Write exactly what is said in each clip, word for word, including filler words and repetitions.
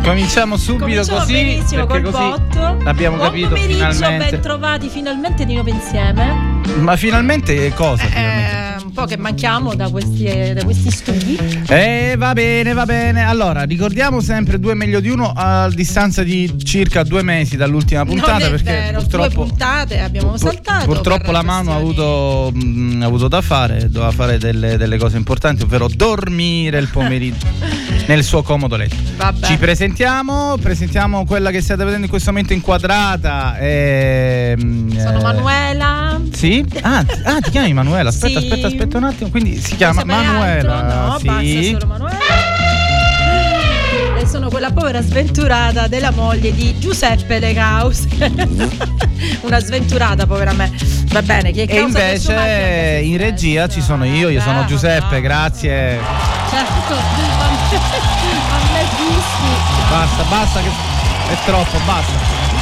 Cominciamo subito Cominciamo così, benissimo perché col così botto. abbiamo Buon capito pomeriggio, finalmente. ben trovati finalmente di nuovo insieme. Ma finalmente cosa? Finalmente? Eh, un po' che manchiamo da questi, da questi studi. Eh, va bene, va bene. Allora, ricordiamo sempre due meglio di uno a distanza di circa due mesi dall'ultima puntata. Non è perché vero, purtroppo due puntate abbiamo pur- saltato. Purtroppo per la mano ha questioni- avuto, mh, ha avuto da fare, doveva fare delle, delle cose importanti, ovvero dormire il pomeriggio nel suo comodo letto. Vabbè. Ci presentiamo, presentiamo quella che state vedendo in questo momento inquadrata. E, Sono eh, Manuela. Sì? Ah, ti- ah, ti chiami Manuela? Aspetta, Sì. aspetta, aspetta un attimo. Quindi si Vuoi chiama sapere Manuela. altro? No, sì. basta solo Manuela. E sono quella povera sventurata della moglie di Giuseppe De Caus. Una sventurata, povera me. Va bene, chi è E causa del suo male invece è in se regia stesso. ci sono io, io sono Vabbè, Giuseppe, vabbè. grazie. Certo, a me dischi. Basta, basta che è troppo, basta.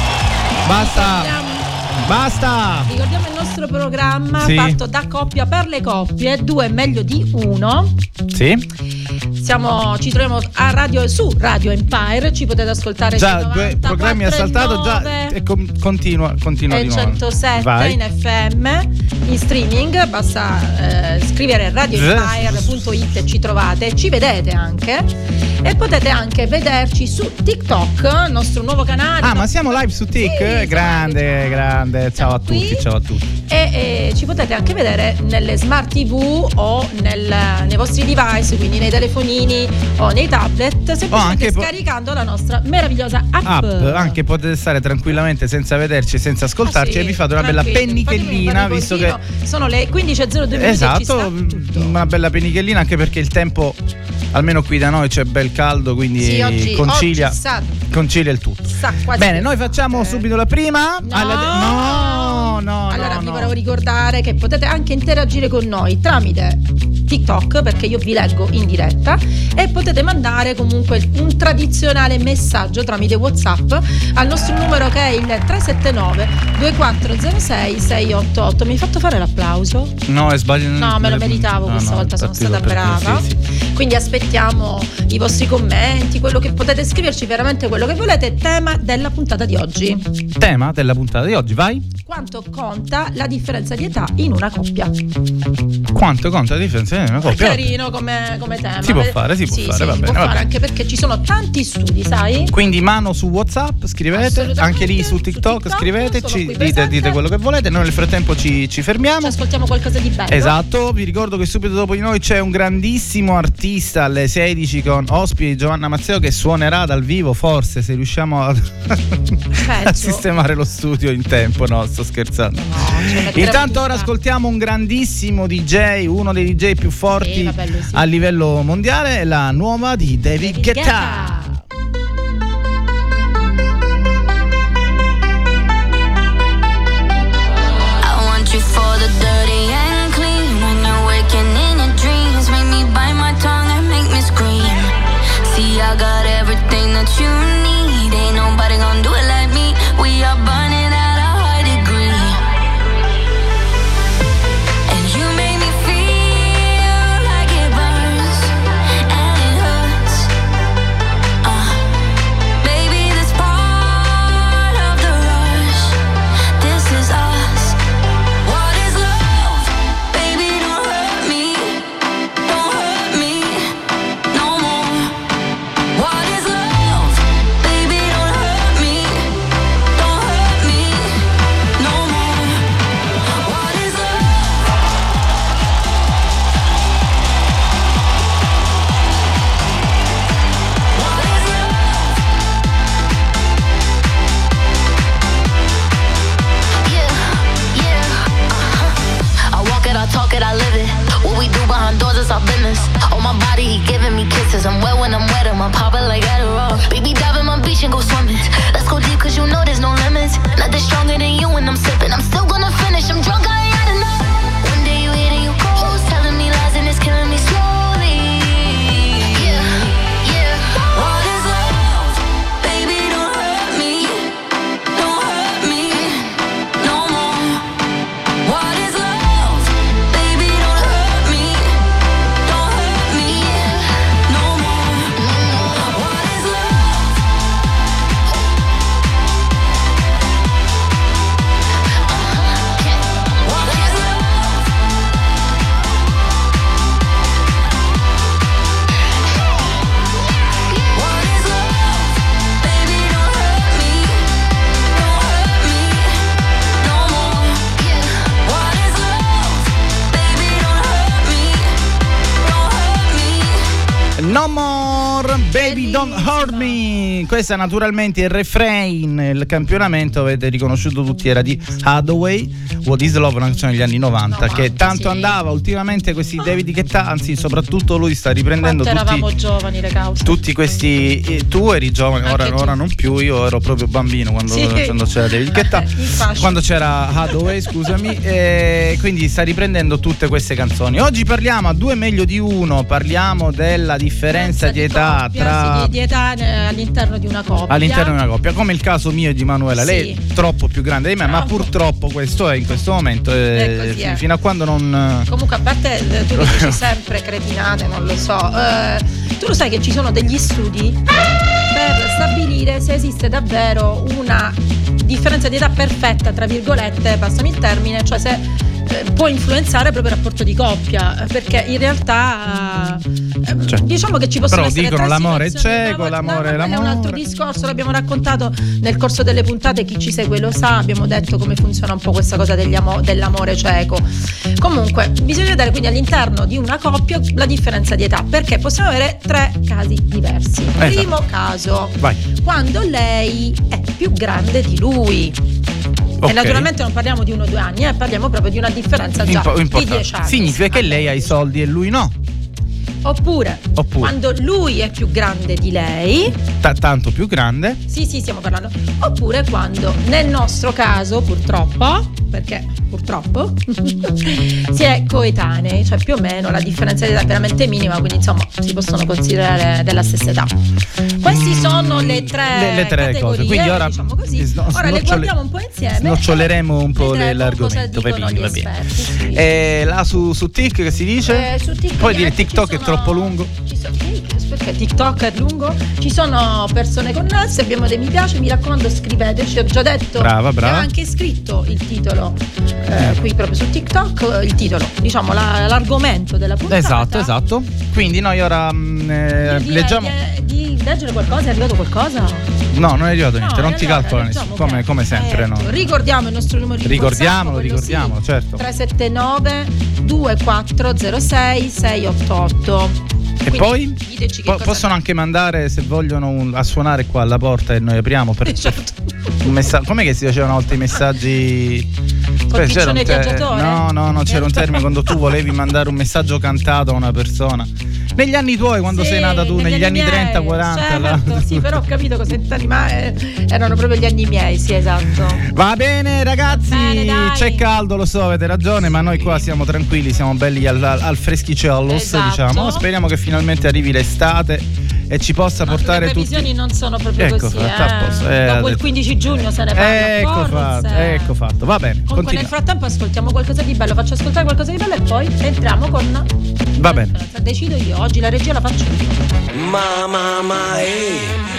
Basta. Ricordiamo- Basta. Ricordiamo il nostro programma Sì. fatto da coppia per le coppie, due meglio di uno. Sì? Siamo, ci troviamo a radio, su Radio Empire, ci potete ascoltare Già sui due novanta programmi ha saltato già nove e com- continua, continua e di nuovo. centosette Vai. in F M in streaming, basta eh, scrivere radio empire punto it e ci trovate, ci vedete anche e potete anche vederci su TikTok, il nostro nuovo canale. Ah, ma siamo live su Tik? Sì, grande, ciao. grande. Ciao Siamo a tutti, qui. ciao a tutti. E, e ci potete anche vedere nelle smart tivù o nel, nei vostri device, quindi nei telefonini o nei tablet, semplicemente anche po- scaricando la nostra meravigliosa app. App, anche potete stare tranquillamente senza vederci, senza ascoltarci Ah, sì, e vi fate una bella tranquilli, pennichellina, fatemi un visto che riposino. Sono le quindici e zero due minuti e ci esatto, sta tutto. una bella pennichellina, anche perché il tempo almeno qui da noi c'è bel caldo, quindi Sì, oggi, concilia, oggi sa, concilia il tutto. sa quasi Bene, che noi sa, facciamo eh. subito la prima. No, Alla de- no, no, allora no, vi no. volevo ricordare che potete anche interagire con noi tramite TikTok, perché io vi leggo in diretta, e potete mandare comunque un tradizionale messaggio tramite WhatsApp al nostro numero, che è il tre sette nove due quattro zero sei sei otto otto. Mi hai fatto fare l'applauso? No, è sbagliato. No, me lo meritavo No, questa no, volta, sono partito stata per- brava. sì, sì. Quindi aspettiamo i vostri commenti, quello che potete scriverci, veramente quello che volete. Tema della puntata di oggi: Tema della puntata di oggi, vai. quanto conta la differenza di età in una coppia? Quanto conta la differenza di una coppia? Carino come, come tema. Si può fare, si può Sì, fare, sì, va si bene, può va fare, bene. anche perché ci sono tanti studi, sai? Quindi mano su WhatsApp, scrivete, Assolutamente. anche lì su Su TikTok, TikTok, scriveteci, sono qui dite, presente. dite quello che volete. Noi nel frattempo ci, ci Ci fermiamo. ascoltiamo qualcosa di bello. Esatto, vi ricordo che subito dopo di noi c'è un grandissimo artista alle sedici con ospite Giovanna Mazzeo, che suonerà dal vivo, forse, se riusciamo a, a sistemare lo studio in tempo. No, sto scherzando. No, ce la metteremo Intanto tutta. ora ascoltiamo un grandissimo D J, uno dei D J più forti Sì, vabbè, lui sì. a livello mondiale, la nuova di David David Guetta. Guetta. I want you for the dirty and clean. When you're waking in your dreams, make me bite my tongue and make me scream. See, I got everything that you need. Ain't nobody gonna do it like me. We are burning at a high degree. And you make me feel like it burns and it hurts. Don't Hurt Me. Questa naturalmente è il refrain. Il campionamento, avete riconosciuto tutti, era di Hathaway. What is Love, una canzone degli anni novanta, no, che tanto sì. andava. Ultimamente questi David Guetta, anzi soprattutto lui, sta riprendendo tutti, eravamo giovani, Recausto. tutti questi eh, tu eri giovane, ora, ora non più. Io ero proprio bambino quando, sì. quando c'era David Guetta, quando c'era Hathaway, scusami, e quindi sta riprendendo tutte queste canzoni. Oggi parliamo a due meglio di uno, parliamo della differenza di, di età coppia, tra sì, di, di età all'interno di una coppia. All'interno di una coppia, come il caso mio e di Manuela. Sì. Lei è troppo più grande di me, troppo. Ma purtroppo questo è in questo momento eh, è fino a quando non. Comunque, a parte tu mi dici sempre cretinate, non lo so. Eh, tu lo sai che ci sono degli studi per stabilire se esiste davvero una differenza di età perfetta, tra virgolette, passami il termine, cioè se eh, può influenzare proprio il rapporto di coppia, perché in realtà eh, cioè, diciamo che ci possono però essere dicono l'amore è cieco, no, l'amore è l'amore. È un altro discorso, l'abbiamo raccontato nel corso delle puntate, chi ci segue lo sa, abbiamo detto come funziona un po' questa cosa degli amo- dell'amore cieco. Comunque bisogna vedere quindi all'interno di una coppia la differenza di età, perché possiamo avere tre casi diversi. Esatto. Primo caso, vai. Quando lei è più grande di lui. Okay. E naturalmente non parliamo di uno o due anni, eh, parliamo proprio di una differenza già Impo- di dieci anni. Significa che lei ha i soldi e lui no. Oppure, Oppure quando lui è più grande di lei. T- tanto più grande. Sì, sì, stiamo parlando. Oppure quando, nel nostro caso, purtroppo, perché purtroppo si è coetanei, cioè più o meno la differenza di età è veramente minima, quindi insomma si possono considerare della stessa età. Queste sono le tre, le, le tre cose, quindi ora, diciamo così. Sno- ora le guardiamo un po' insieme. Snoccioleremo un po' l'argomento. Pepini, va bene. Sì. E là su, su Tik che si dice? Eh, su Tik Puoi dire TikTok sono, è troppo lungo? Ci sono, perché TikTok è lungo? Ci sono persone connesse, abbiamo dei mi piace, mi raccomando scriveteci, ho già detto. Brava, brava. Ho anche scritto il titolo eh, qui proprio su TikTok, il titolo, diciamo la, l'argomento della puntata. Esatto, esatto. Quindi noi ora mh, eh, di, leggiamo di, di leggere qualcosa, è arrivato qualcosa? No, non è arrivato niente, no, non ti allora, calcola nessuno, come, okay. come sempre. Ecco, no. Ricordiamo il nostro numero di Ricordiamolo, WhatsApp, ricordiamolo, sì, certo. tre sette nove due quattro zero sei sei otto otto. E quindi, poi po- possono anche mandare, se vogliono, un, a suonare qua alla porta e noi apriamo per certo. un messaggio. Com'è che si facevano una volta i messaggi? C'era un te- no, no, no, c'era un termine quando tu volevi mandare un messaggio cantato a una persona. Negli anni tuoi, quando sì, sei nata tu, negli, negli anni, anni trenta quaranta. Certo, là. Sì, però ho capito cosa intendi, ma eh, erano proprio gli anni miei, sì, esatto. Va bene, ragazzi, bene, c'è caldo, lo so, avete ragione, ma noi qua siamo tranquilli, siamo belli al, al freschicello, esatto. diciamo. Speriamo che finalmente arrivi l'estate e ci possa no, portare tutti. Le previsioni tutti... non sono proprio ecco, così, fatto, eh. eh, Dopo il quindici giugno se ne parla. Ecco forse. fatto, ecco fatto. Va bene. Comunque continua. nel frattempo ascoltiamo qualcosa di bello, faccio ascoltare qualcosa di bello e poi entriamo con. Va bene. Decido io, oggi la regia la faccio io. Mamma mai,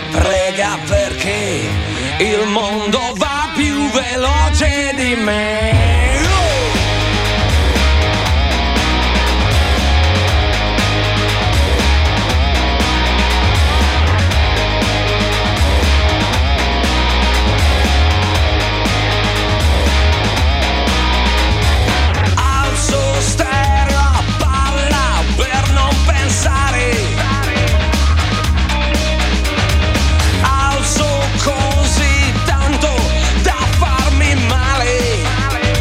prega perché il mondo va più veloce di me. Alzo così tanto da farmi male.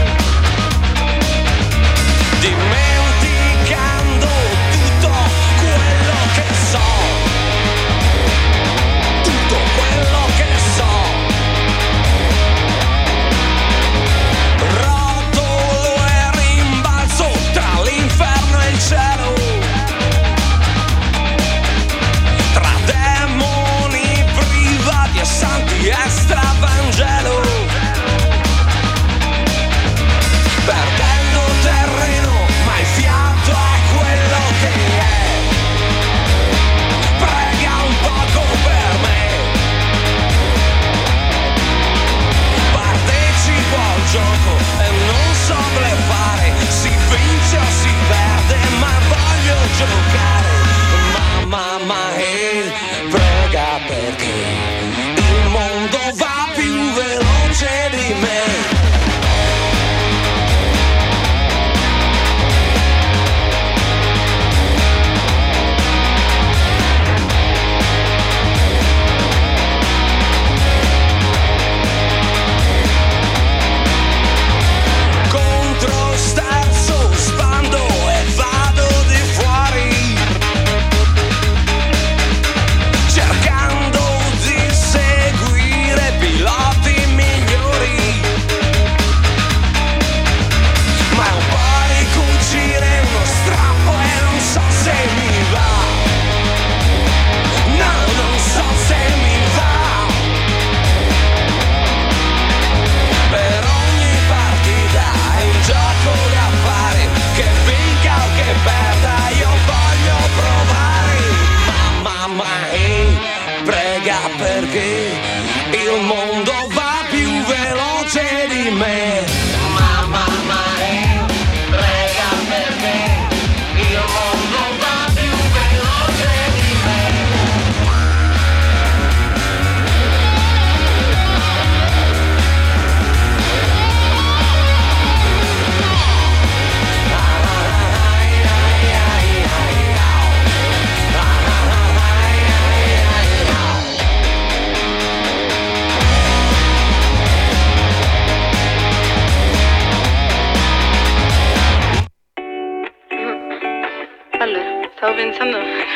stavo pensando.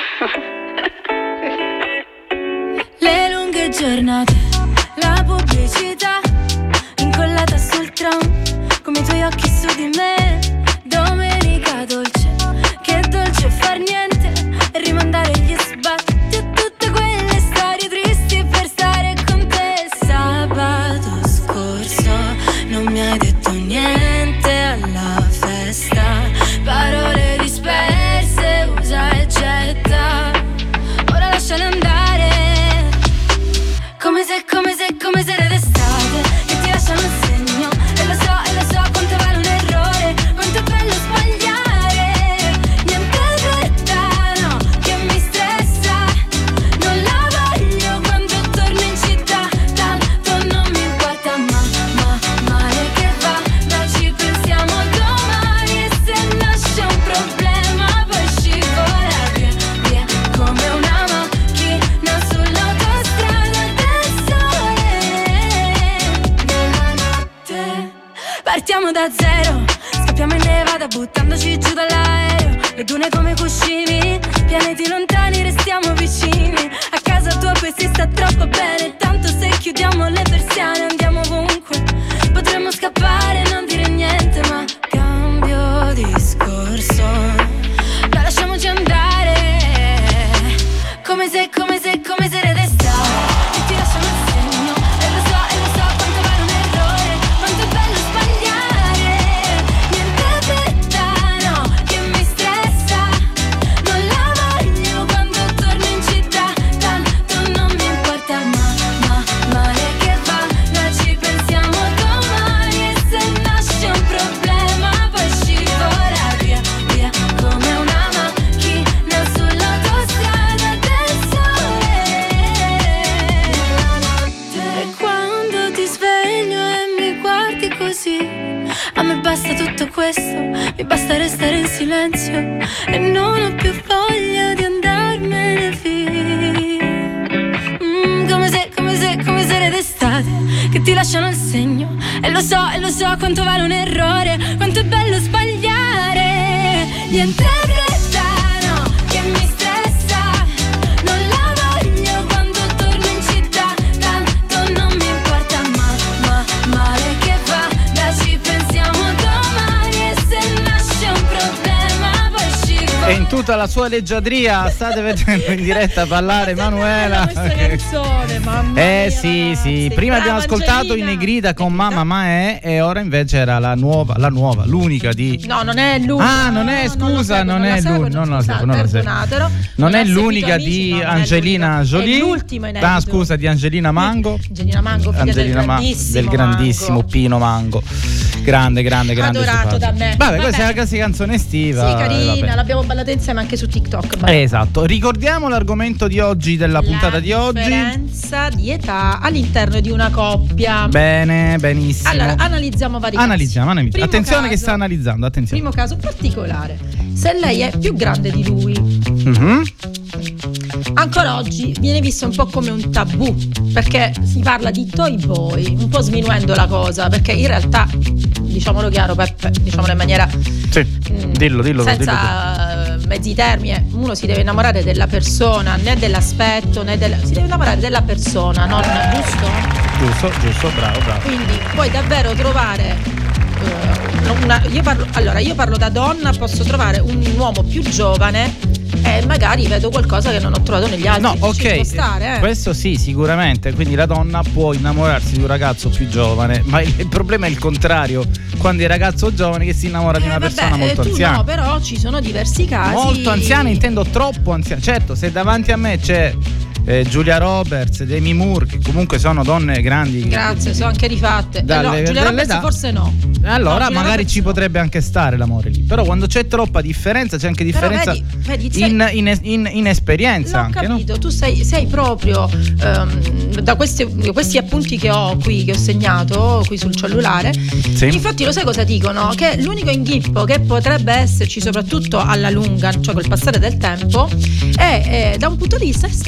Le lunghe giornate, la pubblicità incollata sul tram, come i tuoi occhi su di me. Domenica dolce, che dolce far niente e rimandare gli sbatti a tutte quelle storie tristi per stare con te. Sabato scorso non mi hai detto niente alla festa, parole disperse, usa e getta. Ora lasciale andare, come se, come se, come se era d'estate, che ti lasciano il segno. E lo so, e lo so quanto vale un errore, quanto è bello sbagliare. Niente fretta, no, che mi stressa. Non la voglio quando torno in città, tanto non mi importa, ma, ma, male che vada, ci pensiamo domani. E se nasce un problema poi scivola via, via, come una macchina sull'autostrada del sole, della notte. Partiamo da zero, scappiamo in Nevada buttandoci giù dall'aereo. Le dune come cuscini, pianeti lontani restiamo vicini. A casa tua poi si sta troppo bene, tanto se chiudiamo le persiane andiamo ovunque. Potremmo scappare e non dire niente, ma cambio discorso. Dai, lasciamoci andare, come se, come se, come se era d'estate, e ti lasciano il segno. E lo so, e lo so quanto vale un errore, quanto è bello sbagliare. Niente fretta, no, che mi stressa. Non la voglio quando torno in città, tanto non mi importa, ma, ma, male che vada, ci pensiamo domani. E se nasce un problema poi scivola via, via, come una macchina sull'autostrada del sole, della notte. E quando ti sveglio e mi guardi così, a me basta tutto questo, mi basta restare in silenzio e non ho più voglia di andarmene via. Mm, come se, come se, come se era d'estate, che ti lasciano il segno. E lo so, e lo so quanto vale un errore, quanto è bello sbagliare. Niente fretta, no, che mi stressa. Non la voglio quando torno in città, tanto non mi importa, ma, ma, male che vada, ci pensiamo domani. E se nasce un problema poi scivola. E in tutta la sua leggiadria state vedendo in diretta a ballare Manuela. Questa canzone, mamma Eh mia, sì, ragazzi. sì. Prima abbiamo Brava ascoltato Angelina. i Negrita con Mamma Ma È, e ora invece era la nuova, la nuova, l'unica di. No, non è l'unica. Ah, non è, No, lo scusa, seguo, non la è seguo, l'unica. Non la scusate, seguo, non la seguo. perdonatelo. Non è ha seguito l'unica Amici, di no, non è Angelina l'unica. Jolie. È l'ultima inedito. Ah, scusa, di Angelina Mango. Angelina Mango, figlia Angelina del Ma- grandissimo del grandissimo Mango. Pino Mango. Grande, grande, grande. Adorato simpatica. da me. Vabbè, Vabbè. questa è la classica canzone estiva. Sì, carina, vabbè. l'abbiamo ballata insieme anche su TikTok. Eh, esatto. Ricordiamo l'argomento di oggi, della puntata di oggi. La differenza di età all'interno di una coppia. Bene, benissimo. Allora, analizziamo vari Analizziamo, casi. analizziamo. Primo Attenzione caso, che sta analizzando, attenzione. Primo caso particolare. Se lei è più grande di lui, Mhm. ancora oggi viene visto un po' come un tabù, perché si parla di toy boy, un po' sminuendo la cosa, perché in realtà, diciamolo chiaro Peppe, diciamolo in maniera Sì, mm, dillo, dillo. senza eh, mezzi termini, uno si deve innamorare della persona, né dell'aspetto, né del, si deve innamorare della persona, non giusto? Giusto, giusto, bravo, bravo. Quindi puoi davvero trovare eh, una, io parlo, allora io parlo da donna, posso trovare un uomo più giovane e magari vedo qualcosa che non ho trovato negli altri. No, Ci ok, può stare, eh. questo sì, sicuramente. Quindi la donna può innamorarsi di un ragazzo più giovane, ma il, il problema è il contrario, quando è il ragazzo giovane che si innamora di una Eh, vabbè, persona molto eh, tu anziana. no, però ci sono diversi casi. Molto anziana, intendo troppo anziana. Certo, se davanti a me c'è eh, Julia Roberts, Demi Moore, che comunque sono donne grandi. Grazie, sono anche rifatte. Dalle- Eh, no, Giulia dalle Roberts età- forse no. Allora No, Giulia magari Roberts ci no. potrebbe anche stare l'amore lì. Però quando c'è troppa differenza, c'è anche Però differenza vedi, vedi, sei- in, in, in, in esperienza. L'ho anche, no? capito, tu sei, sei proprio ehm, da questi, questi appunti che ho qui, che ho segnato qui sul cellulare. Sì. Infatti lo sai cosa dicono? Che l'unico inghippo che potrebbe esserci soprattutto alla lunga, cioè col passare del tempo, è, è da un punto di vista estetico.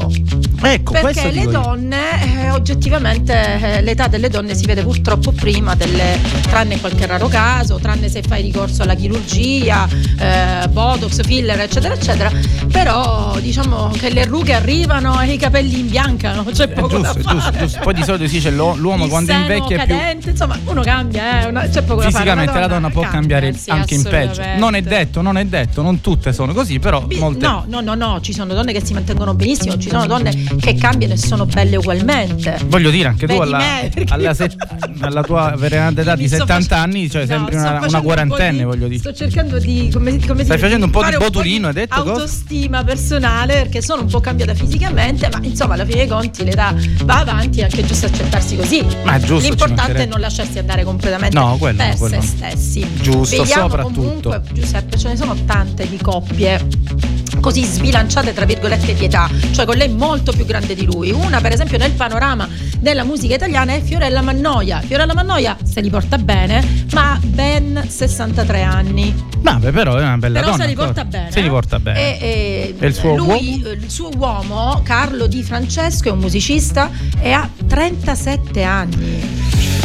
tempo. Ecco, perché le donne eh, oggettivamente eh, l'età delle donne si vede purtroppo prima delle, tranne qualche raro caso, tranne se fai ricorso alla chirurgia, eh, botox, filler eccetera eccetera, però diciamo che le rughe arrivano e i capelli imbiancano, c'è poco giusto, da fare. Giusto, giusto. Poi di solito si dice l'uomo il quando invecchia è più insomma uno cambia, eh, una, c'è poco fisicamente, da fare. la donna può cambia, cambiare sì, anche in peggio. Non è detto, non è detto, non tutte sono così, però Bi- molte. No, no, no, no, ci sono donne che si mantengono benissimo, ci sono donne che cambiano e sono belle ugualmente. Voglio dire, anche Vedi tu alla, me, alla, set, alla tua veneranda età di settanta anni, cioè no, sembri una, una quarantenne, un voglio dire. Sto cercando di come, come Stai si facendo un po' di fare botulino, un po' hai detto cosa? Autostima personale, perché sono un po' cambiata fisicamente, ma insomma alla fine dei conti l'età va avanti, è anche giusto accettarsi così. Ma è giusto, l'importante è non lasciarsi andare completamente no, quello, per quello. se stessi. Giusto, Vediamo soprattutto. Comunque, Giuseppe, ce ne sono tante di coppie così sbilanciate tra virgolette di età, cioè con lei molto più grande di lui. Una per esempio nel panorama della musica italiana è Fiorella Mannoia. Fiorella Mannoia se li porta bene, ma ha ben sessantatré anni. Vabbè, però è una bella però donna. se li porta ancora. bene. Se li porta bene. E, e, e il suo lui, uomo? Il suo uomo, Carlo Di Francesco, è un musicista e ha trentasette anni.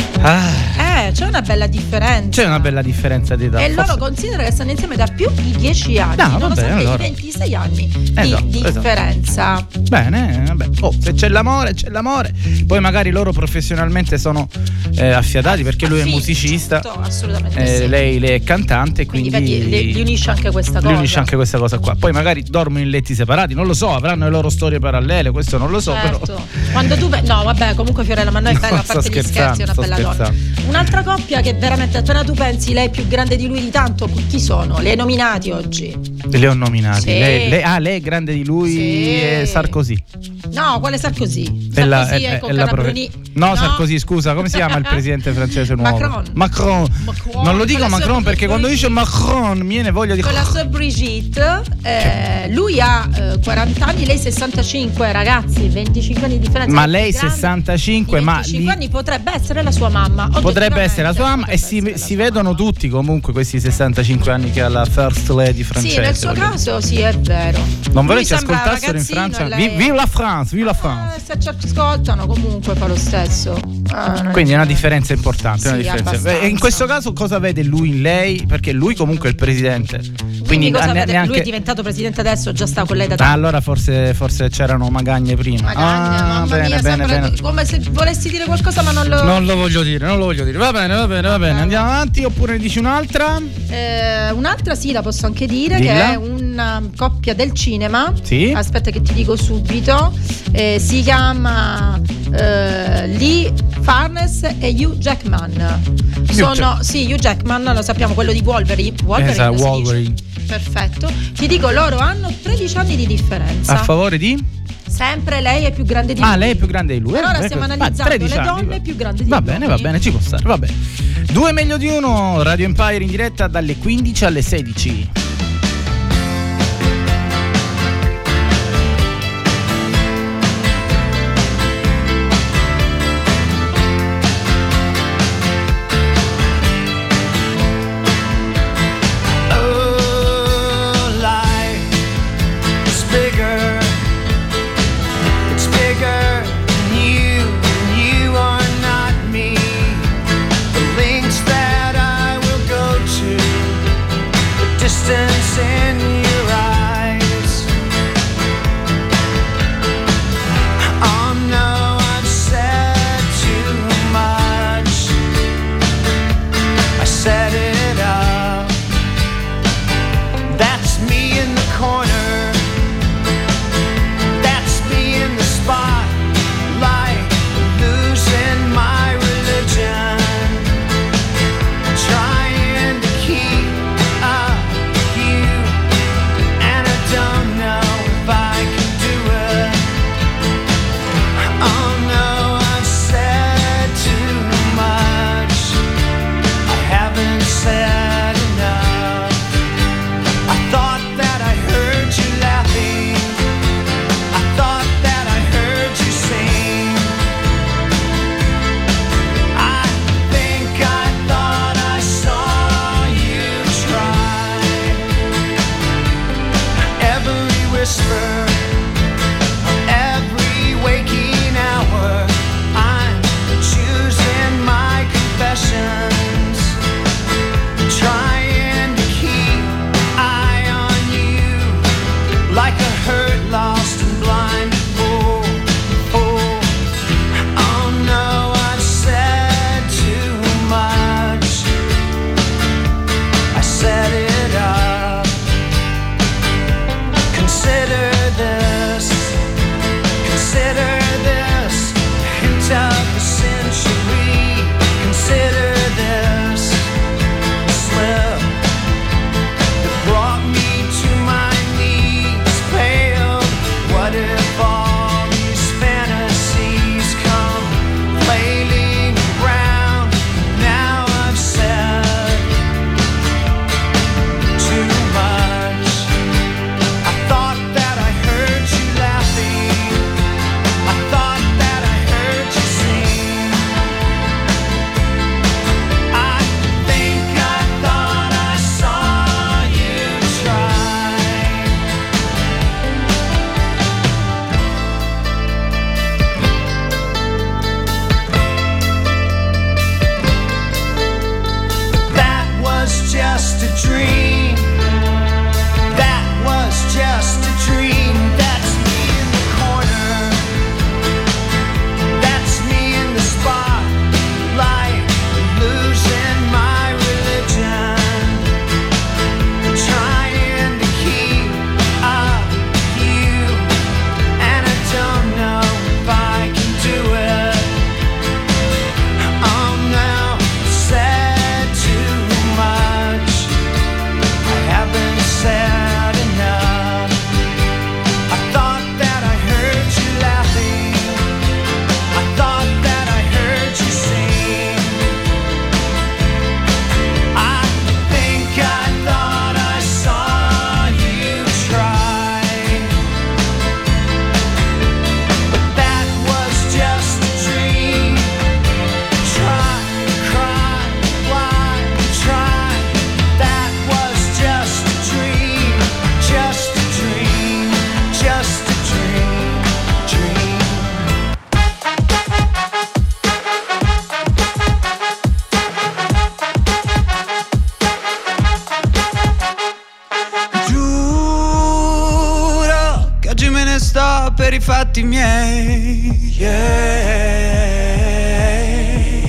Ah. Eh, c'è una bella differenza. C'è una bella differenza di età. E Forse... loro considerano che stanno insieme da più di dieci anni, no, nonostante vabbè, allora. i ventisei anni esatto, di differenza. Esatto. Bene, vabbè. Oh, se c'è l'amore, c'è l'amore. Poi magari loro professionalmente sono eh, affiatati perché lui è Sì, musicista. giusto, assolutamente eh, sì. lei, lei è cantante, quindi, quindi vedi, li, li unisce anche questa cosa. Li unisce anche questa cosa qua. Poi magari dormono in letti separati, non lo so, avranno le loro storie parallele, questo non lo so, certo. però. Quando tu ve- no, vabbè, comunque Fiorella Mannoia è bella, a parte gli scherzi, è una bella scherzando. donna. Un'altra coppia che veramente appena tu pensi lei è più grande di lui di tanto, chi sono? Li hai nominati oggi? Le ho nominati. Sì. Lei, lei, ah, lei è grande di lui Sì. e Sarkozy. No, quale Sarkozy? È la- Sarkozy è- è con è la profe- Calabruni. No, Sarkozy, scusa, come si chiama il presidente francese nuovo? Macron. Macron. Macron, Non lo dico con la Macron sua- perché quando dice Macron mi viene voglia di. Con la sua Brigitte, eh, lui ha eh, quaranta anni, lei sessantacinque, ragazzi, venticinque anni di differenza. Ma è lei più grande. sessantacinque, Di ma venticinque li- anni potrebbe essere la sua mamma. potrebbe essere la sua mamma e Oggettivamente si, potrebbe si essere la sua vedono mamma. tutti comunque questi sessantacinque anni che ha la First Lady francese. Sì, nel suo voglio dire. caso sì, è vero. Non Lui vorrei ci sembra ascoltassero in ragazzino Francia. e lei- Vi- Vive la France, vive la France. Eh, se ci ascoltano comunque fa lo stesso. Ah, non Quindi è una c'è. differenza importante. una Sì, differenza. abbastanza. E in questo caso cosa vede lui in lei? Perché lui comunque è il presidente. Quindi, Quindi cosa ne- vede? neanche... Lui è diventato presidente adesso, già sta con lei da Ah, tanto. allora forse, forse c'erano magagne prima. Magagne, ah, mamma bene, mia, bene, sempre bene. come se volessi dire qualcosa ma non lo... Non lo voglio dire, non lo voglio dire. Va bene, va bene, va bene. Andiamo avanti oppure ne dici un'altra? Eh, un'altra sì, la posso anche dire, Dilla. che è una coppia del cinema. Sì. Aspetta che ti dico subito. Eh, si chiama eh, Lee Farnes e Hugh Jackman. Sono Jack- sì, Hugh Jackman, lo sappiamo, quello di Wolverine. Wolverine, Esatto, si Wolverine. dice. Perfetto. Ti dico, loro hanno tredici anni di differenza. A favore di? Sempre lei è più grande di Ah, lui. lei è più grande di lui. Per Eh, ora ecco. stiamo Ah, analizzando tredici le anni, donne va. più grandi di Va lui. bene, va bene, ci può stare, va bene. Due meglio di uno, Radio Empire in diretta dalle quindici alle sedici. Oh, life is bigger. It's bigger than you, and you are not me. The links that I will go to, the distance fatti miei, yeah.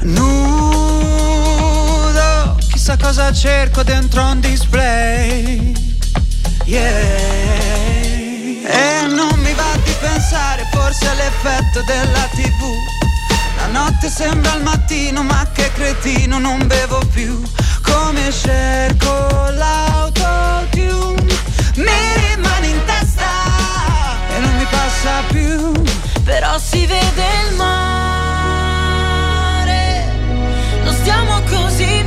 Nudo, chissà cosa cerco dentro un display, yeah. E non mi va di pensare, forse è l'effetto della tivù. La notte sembra il mattino, ma che cretino, non bevo più. Come cerco l'autotune, mi rimane in testa e non mi passa più. Però si vede il mare, non stiamo così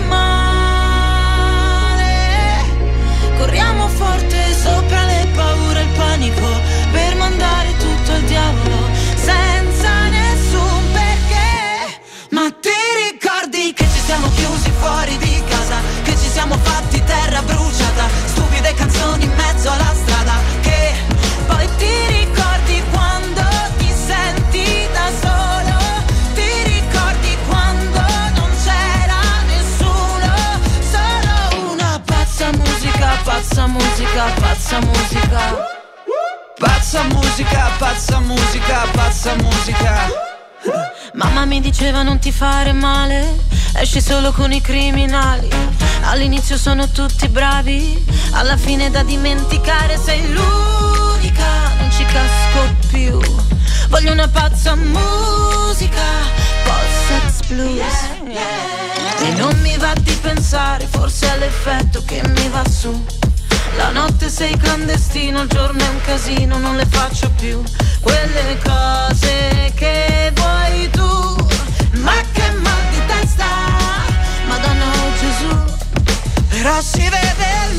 male. Corriamo forte sopra le paure e il panico, per mandare tutto al diavolo senza nessun perché. Ma ti ricordi che ci siamo chiusi fuori di casa, che ci siamo fatti terra bruciata, stupide canzoni in mezzo alla strada, che poi ti ricordi quando ti senti da solo, ti ricordi quando non c'era nessuno, solo una pazza musica, pazza musica, pazza musica. Pazza musica, pazza musica, pazza musica. Mamma mi diceva non ti fare male, esci solo con i criminali. All'inizio sono tutti bravi, alla fine da dimenticare sei l'unica, non ci casco più. Voglio una pazza musica, post-sex blues. E non mi va di pensare, forse è l'effetto che mi va su. La notte sei clandestino, il giorno è un casino, non le faccio più quelle cose che vuoi tu. Ma che mal di testa, Madonna oh Gesù. Però si vede il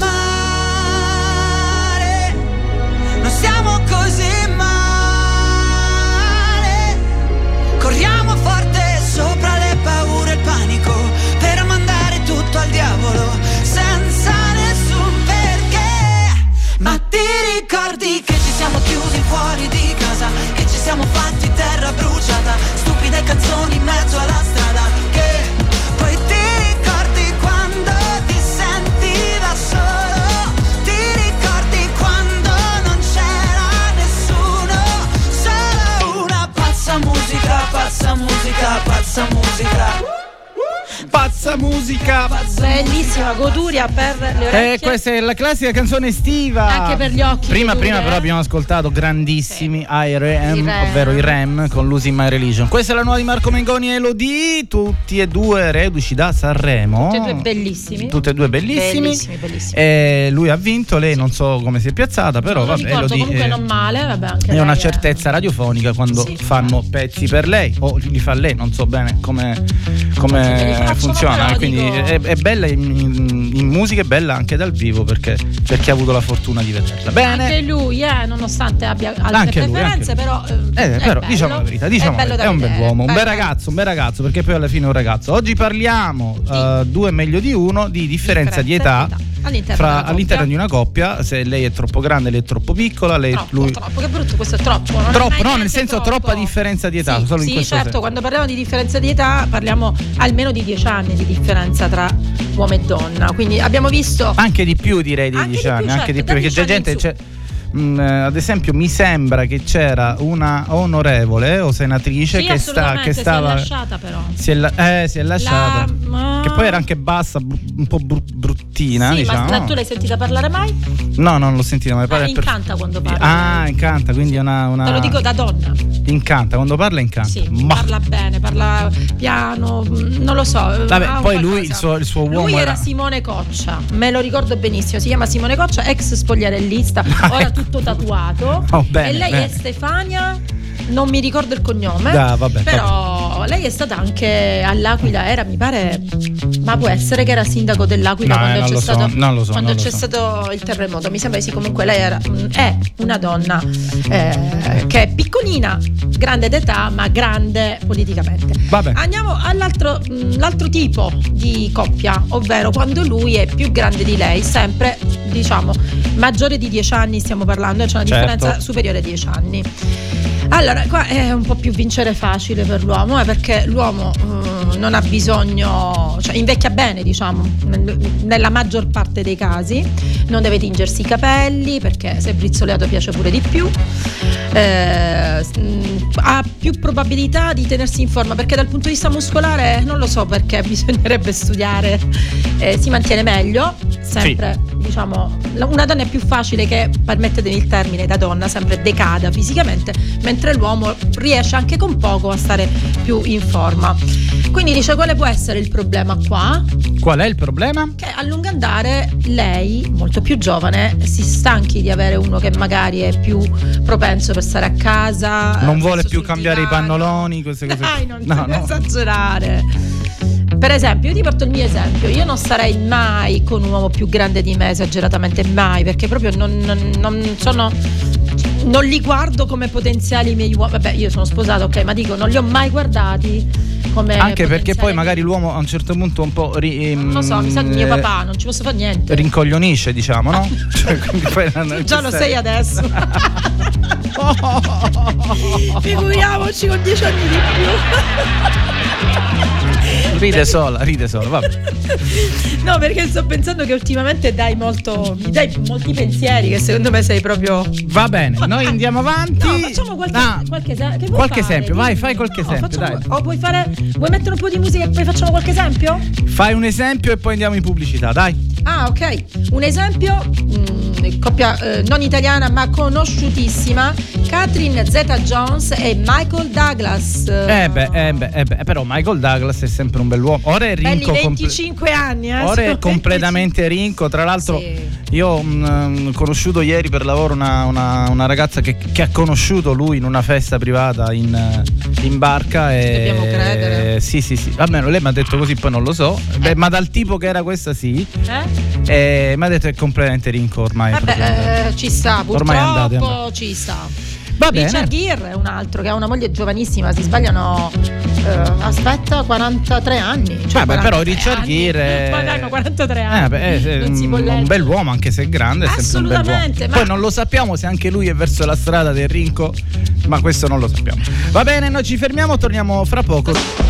mare, non siamo così male. Corriamo forte sopra le paure e il panico, per mandare tutto al diavolo senza nessun perché. Ma ti ricordi che ci siamo chiusi fuori di casa, che ci siamo fatti terra bruciata, stupide canzoni in mezzo alla strada, che poi ti ricordi quando ti senti da solo, ti ricordi quando non c'era nessuno, solo una pazza musica, pazza musica, pazza musica. Pazza musica, bellissima goduria per le orecchie. Eh, questa è la classica canzone estiva. Anche per gli occhi. Prima, goduria, prima però eh? abbiamo ascoltato grandissimi sì. I R E M, I Rem. ovvero i Rem con Losing My Religion. Questa è la nuova di Marco Mengoni e Elodie, tutti e due reduci da Sanremo. Tutti e due bellissimi. Tutti e due bellissimi. Bellissimi, bellissimi. E lui ha vinto, lei non so come si è piazzata, però non vabbè, ricordo, Elodie comunque è, non male, vabbè, anche è lei una è- certezza radiofonica quando Sì, fanno pezzi per lei o li fa lei, non so bene come, come Perché li facciano, funziona, però quindi dico- è, è bella in, in, in musica, è bella anche dal vivo perché per chi ha avuto la fortuna di vederla. Bene. Anche lui, eh, nonostante abbia altre Anche lui, preferenze, anche però, Eh, è però bello. diciamo la verità, diciamo è, la bello verità, da è un bel vedere. uomo, un bel Beh, ragazzo, un bel ragazzo, perché poi alla fine è un ragazzo. Oggi parliamo uh, due meglio di uno di differenza, Differenza di età, di età. All'interno fra, della coppia. all'interno di una coppia, se lei è troppo grande, lei è troppo piccola, lei Troppo, lui troppo, che brutto, questo è troppo. Non è troppo, mai no, niente nel senso troppo. troppa differenza di età, Sì, solo in sì, questo certo, senso. quando parliamo di differenza di età parliamo almeno di dieci anni di differenza tra uomo e donna. Quindi abbiamo visto Anche di più direi di Anche dieci di più, anni, anche certo, di più, da perché dieci c'è anni gente, in su. c'è, mh, ad esempio mi sembra che c'era una onorevole o senatrice sì, che, sta, assolutamente, che stava si è lasciata però. si è, la- eh, si è lasciata La- che poi era anche bassa, bru- un po' bru- bruttina, Sì, diciamo. ma tu l'hai sentita parlare mai? No, non l'ho sentita, ma mi pare Ah, per- incanta quando parla. Ah, incanta, quindi è una, una Te lo dico da donna. incanta, quando parla incanta. Sì, Ma- parla bene, parla piano, mh, non lo so. Vabbè, ha poi qualcosa. lui, il suo, il suo uomo Lui era era Simone Coccia, me lo ricordo benissimo, si chiama Simone Coccia, ex spogliarellista, ora ecco. tutto tatuato. Oh, bene, e lei bene. è Stefania, non mi ricordo il cognome, Ah, vabbè, però lei è stata anche all'Aquila, era mi pare, ma può essere che era sindaco dell'Aquila No, eh, quando non c'è lo so, stato, non lo so, quando non lo c'è so. stato il terremoto, mi sembra di sì, comunque lei era, è una donna eh, che è piccolina, grande d'età, ma grande politicamente. Vabbè. Andiamo all'altro mh, l'altro tipo di coppia, ovvero quando lui è più grande di lei, sempre diciamo maggiore di dieci anni stiamo parlando, c'è una Certo. differenza superiore a dieci anni. Allora, qua è un po' più vincere facile per l'uomo, eh, perché l'uomo eh, non ha bisogno, cioè invecchia bene, diciamo, nella maggior parte dei casi. Non deve tingersi i capelli perché se brizzolato piace pure di più. Eh, ha più probabilità di tenersi in forma perché dal punto di vista muscolare non lo so perché bisognerebbe studiare, eh, si mantiene meglio sempre, sì. Diciamo, una donna è più facile che, permettetemi il termine da donna, sempre decada fisicamente, mentre l'uomo riesce anche con poco a stare più in forma. Quindi dice, quale può essere il problema qua? Qual è il problema? Che a lungo andare lei, molto più giovane, si stanchi di avere uno che magari è più propenso per stare a casa, non vuole più cambiare divario. I pannoloni, queste cose. Dai, non no, no. esagerare. Per esempio, io ti porto il mio esempio. Io non starei mai con un uomo più grande di me, esageratamente mai, perché proprio non, non, non sono, non li guardo come potenziali miei uomini. Vabbè, io sono sposato, ok, ma dico, non li ho mai guardati come anche perché poi magari l'uomo a un certo punto un po' ri, non lo so, mi sa di mio papà, non ci posso fare niente, rincoglionisce, diciamo, no? Cioè, poi non già lo sei adesso. Figuriamoci con dieci anni di più. Ride sola, ride sola, vabbè. No, perché sto pensando che ultimamente dai molto, mi dai molti pensieri che secondo me sei proprio. Va bene, noi andiamo avanti. No, facciamo qualche, ah, qualche, che vuoi qualche fare? esempio, vai, Dimmi. fai qualche no, esempio, facciamo, dai. O vuoi fare, vuoi mettere un po' di musica e poi facciamo qualche esempio? Fai un esempio e poi andiamo in pubblicità, dai. Ah, ok. Un esempio, mh, coppia eh, non italiana ma conosciutissima, Catherine Zeta-Jones e Michael Douglas. Eh beh, eh beh, eh beh, però Michael Douglas è sempre un bell'uomo. Ora è rinco. Belli venticinque comple- anni, eh. Ora è completamente rinco. Tra l'altro, sì. Io ho um, conosciuto ieri per lavoro una, una, una ragazza che, che ha conosciuto lui in una festa privata in, in barca. E, dobbiamo credere. Eh, sì, sì, sì. Almeno lei mi ha detto così, poi non lo so. Eh. Beh, ma dal tipo che era questa, sì. Eh? E mi ha detto che è completamente rinco ormai. Vabbè, eh, ci sta, purtroppo ormai è andato, è andato. Ci sta. Va Richard bene. Gere è un altro che ha una moglie giovanissima, si sbagliano, eh, aspetta, quarantatré anni. Cioè vabbè, però Richard anni. Gere Ma dai, ma quarantatré anni. Eh, beh, è non si può un, un bel uomo, anche se è grande, è sempre un bel uomo. Ma... Poi non lo sappiamo se anche lui è verso la strada del rinco, ma questo non lo sappiamo. Va bene, noi ci fermiamo, torniamo fra poco.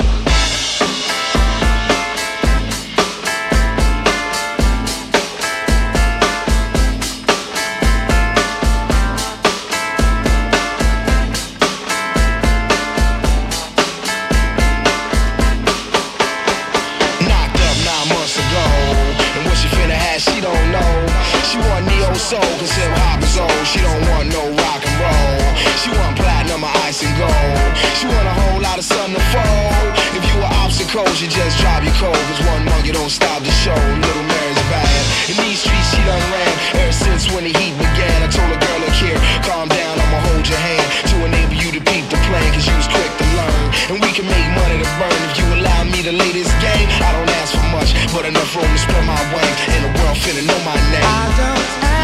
Soul, cause hip hop is old. She don't want no rock and roll. She want platinum or ice and gold. She want a whole lot of sun to fold. If you were obstacles, you just drive you cold. Cause one monkey don't stop the show. Little Mary's bad. In these streets she done ran ever since when the heat began. I told a girl, look here, calm down, I'ma hold your hand to enable you to peep the plan. Cause you was quick to learn. And we can make money to burn. If you allow me to lay this game, I don't ask for much, but enough room to spread my wings. And the world finna know my name. I don't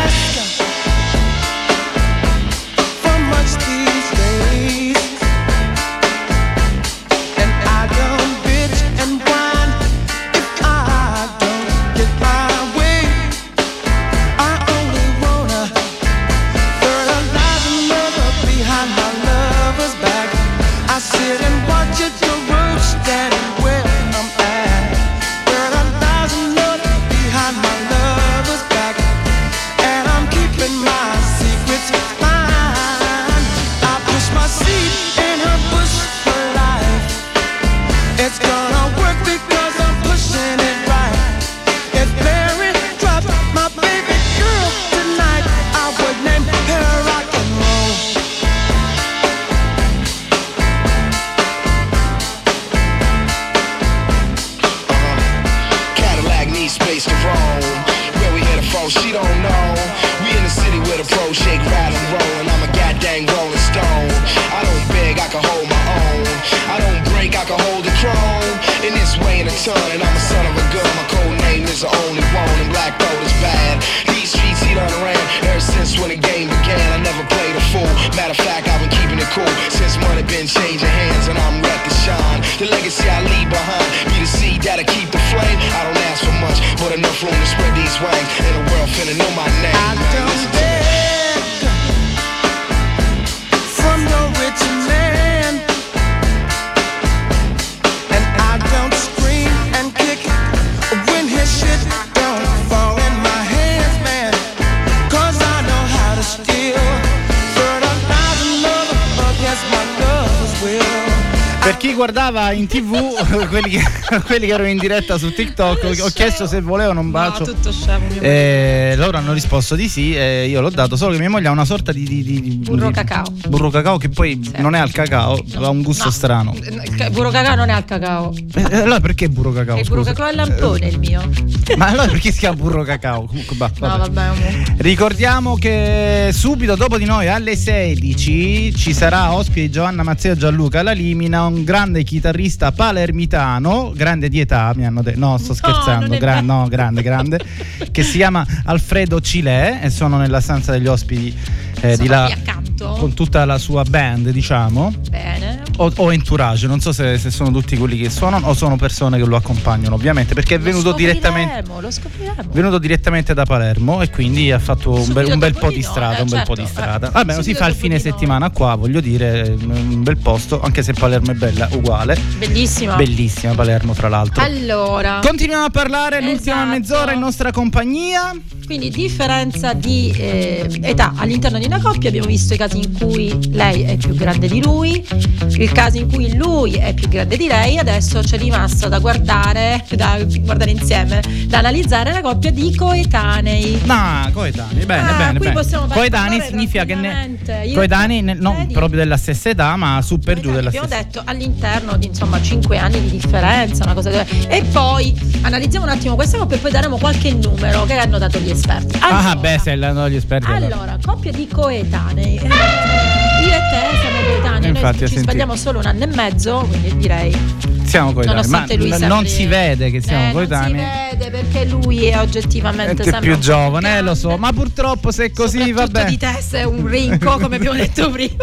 for much these days, and I don't bitch and whine if I don't get my way. I only wanna fertilize another behind my lover's back. I sit and watch it grow, standing where I'm at. Fertilize another behind my lover's back, and I'm keeping my secrets fine. I push my seed in her bush for life. It's gonna work because I'm pushing it right. If Mary dropped my baby girl tonight, I would name her rock and roll. Uh-huh. Cadillac needs space to roam. Where we headed from, she don't know. We in the city with a pro shake, rattle and roll, and I'm a goddamn rolling stone. I don't beg, I can hold my own. I don't break, I can hold the throne. In this way in a ton, and I'm a son of a gun. My code name is the only one, and black gold is bad. These streets he done ran ever since when the game began. I never played a fool. Matter of fact, I've been keeping it cool since money been changing hands, and I'm ready to shine. The legacy I leave behind be the seed that'll keep the flame. I don't ask for much, but enough room to spread these wings, and the world finna know my name. I don't beg from no rich man, and I guardava in tv quelli che, quelli che erano in diretta su TikTok. Ho scemo. chiesto se volevano un bacio. No, tutto scemo. E loro hanno risposto di sì e io l'ho dato, solo che mia moglie ha una sorta di, di, di burro di, cacao. Burro cacao che poi sì. non è al cacao, no. ha un gusto no. strano. Il burro cacao non è al cacao. Eh, allora perché burro cacao? Il burro cacao è lampone il mio. Ma allora perché si chiama burro cacao? Comunque, bah, vabbè. No, vabbè. Ricordiamo che subito dopo di noi alle sedici ci sarà ospite Giovanna Mazzeo Gianluca Lalimina, un grande chitarrista palermitano, grande di età, mi hanno detto. No, sto scherzando, no, Gra- no grande, grande, che si chiama Alfredo Cilè e sono nella stanza degli ospiti eh, di là accanto con tutta la sua band, diciamo. Bene. O, o entourage, non so se, se sono tutti quelli che suonano o sono persone che lo accompagnano, ovviamente, perché è venuto direttamente lo scopriremo. venuto direttamente da Palermo e quindi ha fatto un bel, un bel po' di strada, eh, un bel certo. po' di strada. Vabbè, Subito si fa il fine settimana qua, voglio dire, un bel posto, anche se Palermo è bella, uguale. Bellissima. Bellissima Palermo, tra l'altro. Allora, continuiamo a parlare esatto. l'ultima mezz'ora in nostra compagnia. Quindi differenza di eh, età all'interno di una coppia. Abbiamo visto i casi in cui lei è più grande di lui, il caso in cui lui è più grande di lei. Adesso c'è rimasto da guardare, da guardare insieme, da analizzare la coppia di coetanei. No, coetanei, bene, ah, bene, qui bene. possiamo Coetanei significa che ne, coetanei ne, non vedi? proprio della stessa età, ma su per giù della abbiamo stessa. detto all'interno di insomma cinque anni di differenza, una cosa del... E poi analizziamo un attimo questa coppia e poi daremo qualche numero che hanno dato gli esperti. Allora, ah, beh, se l'hanno gli esperti. Allora, allora. coppia di coetanei. Eh, io e te siamo coetanei, infatti, noi ci sbagliamo solo un anno e mezzo, quindi direi siamo coetanei, ma lui n- sempre... non si vede che siamo eh, coetanei. Non si vede perché lui è oggettivamente è più giovane, eh, lo so, grande. ma purtroppo se è così vabbè. Di te sei un rinco, come abbiamo detto prima.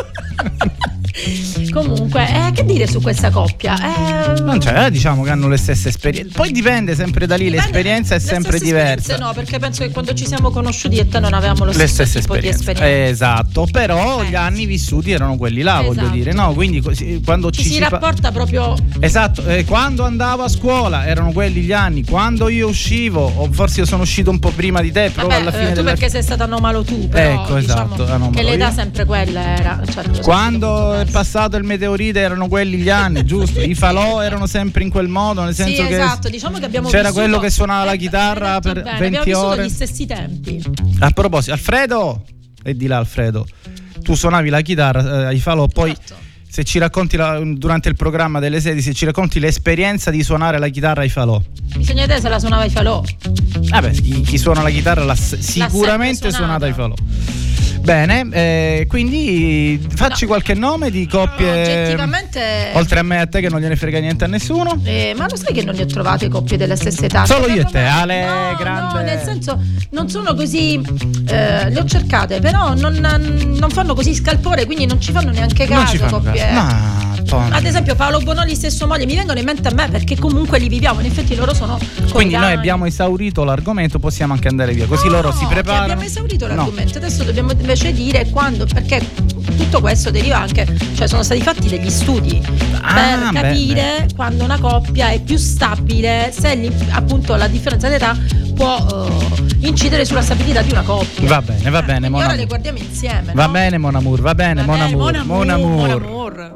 Comunque, eh, che dire su questa coppia? Eh, non c'è, diciamo che hanno le stesse esperienze. Poi dipende sempre da lì, dipende, l'esperienza è sempre diversa. No, perché penso che quando ci siamo conosciuti e te non avevamo lo le stesso tipo esperienze. di esperienza. Esatto, però eh. gli anni vissuti erano quelli là, esatto. voglio dire, no? Quindi così, quando ci, ci si, si rapporta pa- proprio. Esatto, eh, quando andavo a scuola erano quelli gli anni, quando io uscivo, o forse io sono uscito un po' prima di te, però Vabbè, alla fine eh, tu della... perché sei stato anomalo tu, però, ecco, esatto, diciamo anomalo che l'età io. sempre quella era. Certo, quando è passato il meteorite erano quelli gli anni, giusto? I falò erano sempre in quel modo, nel senso sì, che esatto, diciamo che abbiamo c'era vissuto... quello che suonava la chitarra per bene, venti abbiamo ore. Gli stessi tempi. A proposito, Alfredo, e di là Alfredo, tu suonavi la chitarra eh, ai falò, poi certo. se ci racconti la, durante il programma delle sedi, se ci racconti l'esperienza di suonare la chitarra ai falò. Bisogna vedere se la suonava ai falò. Vabbè, chi, chi suona la chitarra l'ha sicuramente suonata ai falò. Bene, eh, quindi facci no. qualche nome di coppie. No, oggettivamente. Oltre a me e a te che non gliene frega niente a nessuno. Eh, ma lo sai che non ne ho trovate coppie della stessa età? Solo io e te, Ale, no, grande. No, nel senso, non sono così. Eh, le ho cercate, però non, non fanno così scalpore, quindi non ci fanno neanche caso. Non ci fanno coppie. caso. Ma, ad esempio Paolo Bonoli stesso moglie mi vengono in mente a me perché comunque li viviamo, in effetti loro sono coetanei. Quindi noi abbiamo esaurito l'argomento, possiamo anche andare via, così no, loro si preparano. Abbiamo esaurito l'argomento, no. Adesso dobbiamo invece dire quando, perché tutto questo deriva anche, cioè sono stati fatti degli studi ah, per capire beh, beh. quando una coppia è più stabile, se appunto la differenza d'età può uh, incidere sulla stabilità di una coppia. Va bene, va bene, eh, Mon ora Amour. le guardiamo insieme. Va no? bene, Mon Amour, va bene, va Mon bene, Amour, Mon Amour, Mon Amour. Mon Amour.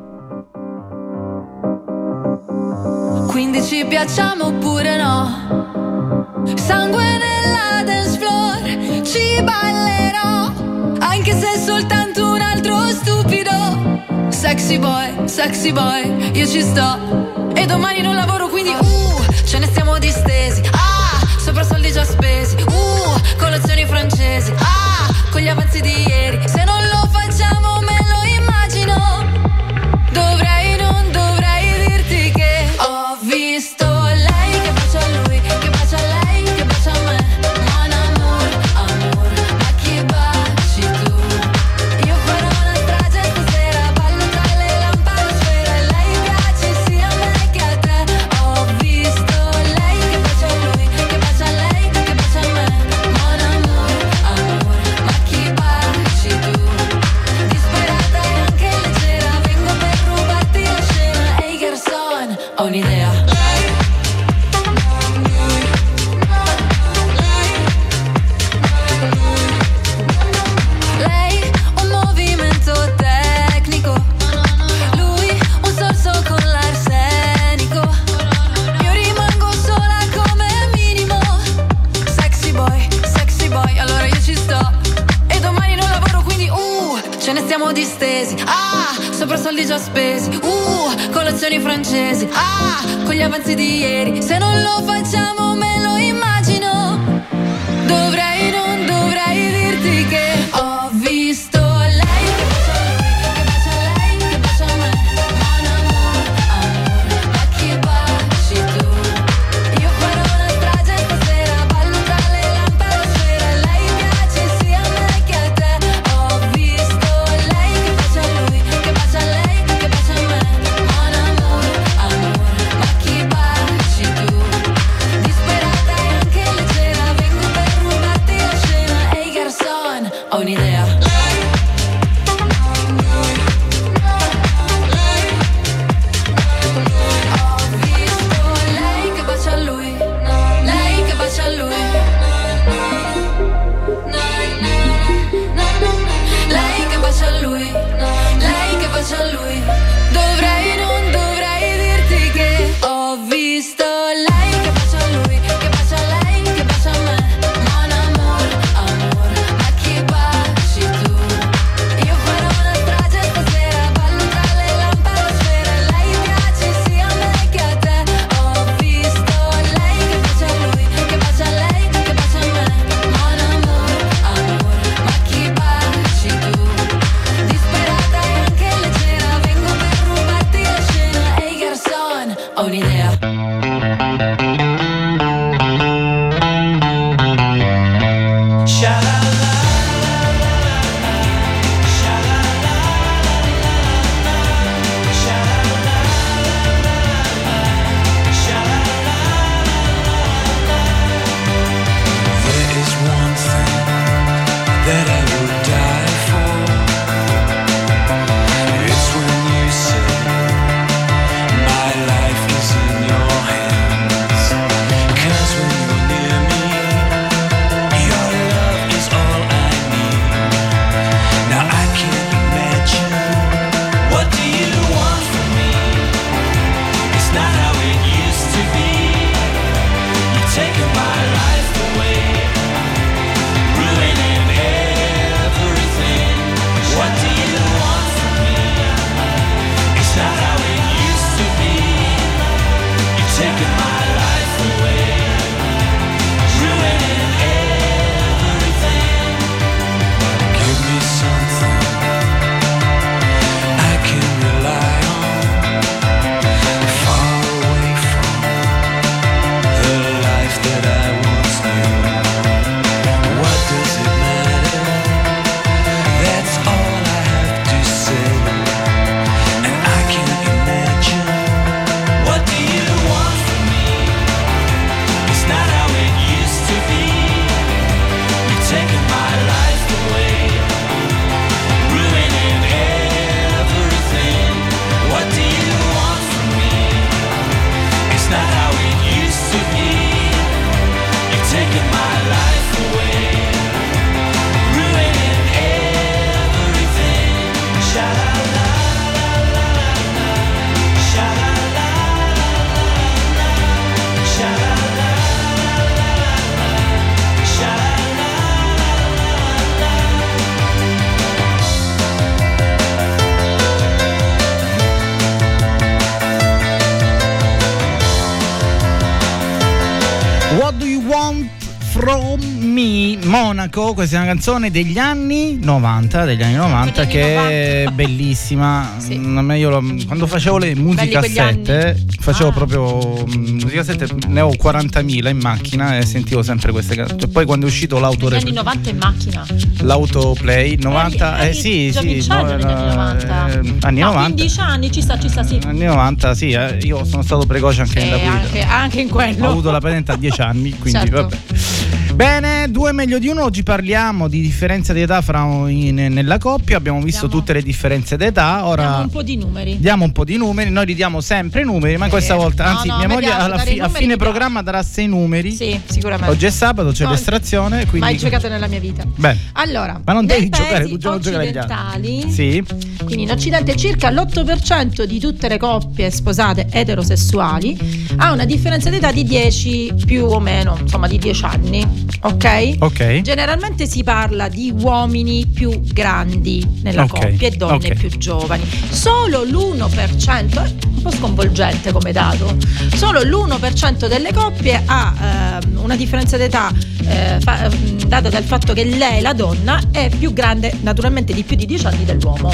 Quindi ci piacciamo oppure no? Sangue nella dance floor, ci ballerò, anche se è soltanto un altro stupido. Sexy boy, sexy boy, io ci sto. E domani non lavoro, quindi uh, ce ne stiamo distesi. Ah, sopra soldi già spesi. Uh, colazioni francesi. Ah, con gli avanzi di ieri. Se non lo facciamo me lo immagino. Dovrei, non dovrei dirti che ho visto lei che bacia a lui, che bacia a lei, che bacia a me. Mon amour, amor, ma chi baci tu? Io farò una strage stasera, ballo tra le lampadosfere. A lei piace sia a me che a te. Ho visto lei che bacia a lui, che bacia a lei, che bacia a me. Mon amour, amor, ma chi baci tu? Disperata e anche leggera, vengo per rubarti la scena. Ehi garçon, ho un'idea. Lei un movimento tecnico, lui un sorso con l'arsenico. soldi già spesi. Uh, colazioni francesi. Ah, con gli avanzi di ieri. Se non lo facciamo me lo immagino. Dovrei, non dovrei dirti che ho visto lei che bacia a lui, che bacia a lei, che bacia a me. Mon amour, amor, ma chi baci tu? Io farò una strage stasera, ballo tra le lampade a sfera. Lei piace sia a me che a te. Ho visto lei che bacia a lui, che bacia a lei, che bacia a me. Mon amour, amor, ma chi baci tu? Disperata e anche leggera, vengo per rubarti la scena. Ehi garçon, ho un'idea. Ho visto lei che bacia a lui, lei che bacia a lui. Lei che bacia a lui, lei che bacia a lui. Dovrei, non dovrei dirti che ho visto lei che bacia a lui, che bacia a lei, che bacia a me. Mon amour, amor, ma chi baci tu? Io farò una strage stasera, ballo tra le lampade a sfera. Lei piace sia a me che a te. Ho visto lei che bacia a lui, che bacia a lei, che bacia a me. Mon amour, amor, ma chi baci tu? Disperata e anche leggera, vengo per rubarti la scena. Ehi garçon, ho un'idea. There is one thing that I would die for. It's when you say my life is in your hands. 'Cause when you're near me, your love is all I need. Now I can't imagine, what do you want from me? It's not how it used to be. You've taken my life away, ruining everything. What do you want from me? It's not how it used to be. You've taken my life away, ruining everything. Give me something I can rely on, far away from the life that I once knew. What does it matter? That's all I have to say. And I can't imagine, what do you want from me? It's not how it used to be. You've taken my life away, ruining everything. What do you want from me? It's not how it used to be. You've taken my life away, ruining everything. Sha-la-la, sha-la-la, sha-la-la, sha-la-la. What do you want from me? Monaco, questa è una canzone degli anni novanta, degli anni novanta, Degli anni che è novanta. bellissima. Sì. Mm, io lo- quando facevo le quegli musicassette, facevo Ah. proprio mm, musicassette, ne ho quarantamila in macchina e sentivo sempre queste canzoni. Cioè, poi quando è uscito l'auto Negli anni novanta in macchina. l'autoplay novanta, Eri- eh sì, eri già sì, vincente no, negli anni novanta. eh, anni No, novanta. quindici anni, ci sta, ci sta, sì. Anni novanta, sì, eh, io sono stato precoce anche Eh, nella guida. anche, anche in quello. Ho avuto la patente a dieci anni, quindi Certo. vabbè. Bene, due meglio di uno. Oggi parliamo di differenza di età fra in- nella coppia. Abbiamo visto Diamo- tutte le differenze d'età. Ora Diamo un po' di numeri. diamo un po' di numeri. Noi ridiamo sempre i numeri, ma Eh, questa volta, no, anzi, no, mia mi moglie piace, alla dare fi- i a numeri fine mi piace. programma darà sei numeri. Sì, sicuramente. Oggi è sabato, c'è No, l'estrazione. Quindi... mai giocato nella mia vita. Bene. Allora, Ma non nei devi giocare, paesi tu giochi- giocare agli altri. occidentali, Sì. quindi in Occidente circa l'otto per cento di tutte le coppie sposate eterosessuali ha una differenza d'età di dieci più o meno, insomma di dieci anni. ok? Ok. Generalmente si parla di uomini più grandi nella Ok, coppia e donne ok. più giovani. Solo l'uno per cento, è un po' sconvolgente come dato, solo l'uno per cento delle coppie ha ehm, una differenza d'età eh, fa- ehm, data dal fatto che lei, la donna, è più grande naturalmente di più di dieci anni dell'uomo.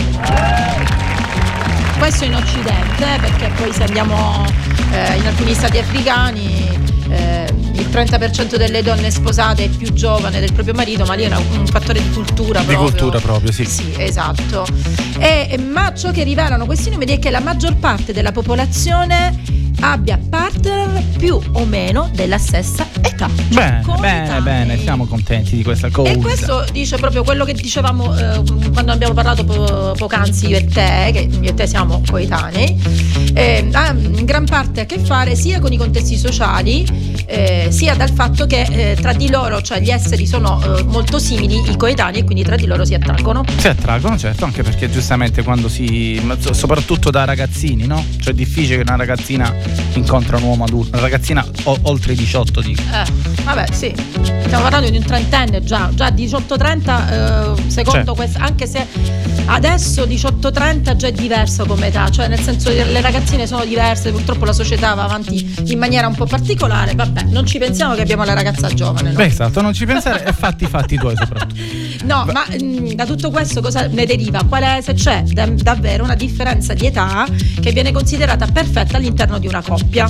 Questo in Occidente, perché poi se andiamo eh, in alcuni stati africani eh, il trenta per cento delle donne sposate è più giovane del proprio marito, ma lì è una- un fattore di cultura Di proprio. cultura proprio, sì. Sì, esatto. E, ma ciò che rivelano questi numeri è che la maggior parte della popolazione abbia partner più o meno della stessa età. Bene, bene, Coetanei. bene, siamo contenti di questa cosa. E questo dice proprio quello che dicevamo eh, quando abbiamo parlato po- poc'anzi io e te, che io e te siamo coetanei, eh, ha in gran parte a che fare sia con i contesti sociali, eh, sia dal fatto che eh, tra di loro, cioè gli esseri sono eh, molto simili, i coetanei, e quindi tra di loro si attraggono. Si attraggono, certo, anche perché giustamente quando si, ma so- soprattutto da ragazzini, no? Cioè è difficile che una ragazzina incontra un uomo adulto, una ragazzina o- oltre i diciotto, dico. Eh, vabbè, sì, stiamo parlando di un trentenne già, già diciotto trenta, eh, secondo Certo. questo, anche se adesso diciotto trenta già è diverso come età, cioè nel senso che le ragazzine sono diverse, purtroppo la società va avanti in maniera un po' particolare, vabbè, non ci pensiamo che abbiamo la ragazza giovane, no? Beh, esatto, non ci pensare e fatti i fatti tuoi soprattutto. No, ma mh, da tutto questo cosa ne deriva? Qual è, se c'è da- davvero una differenza di età che viene considerata perfetta all'interno di una coppia?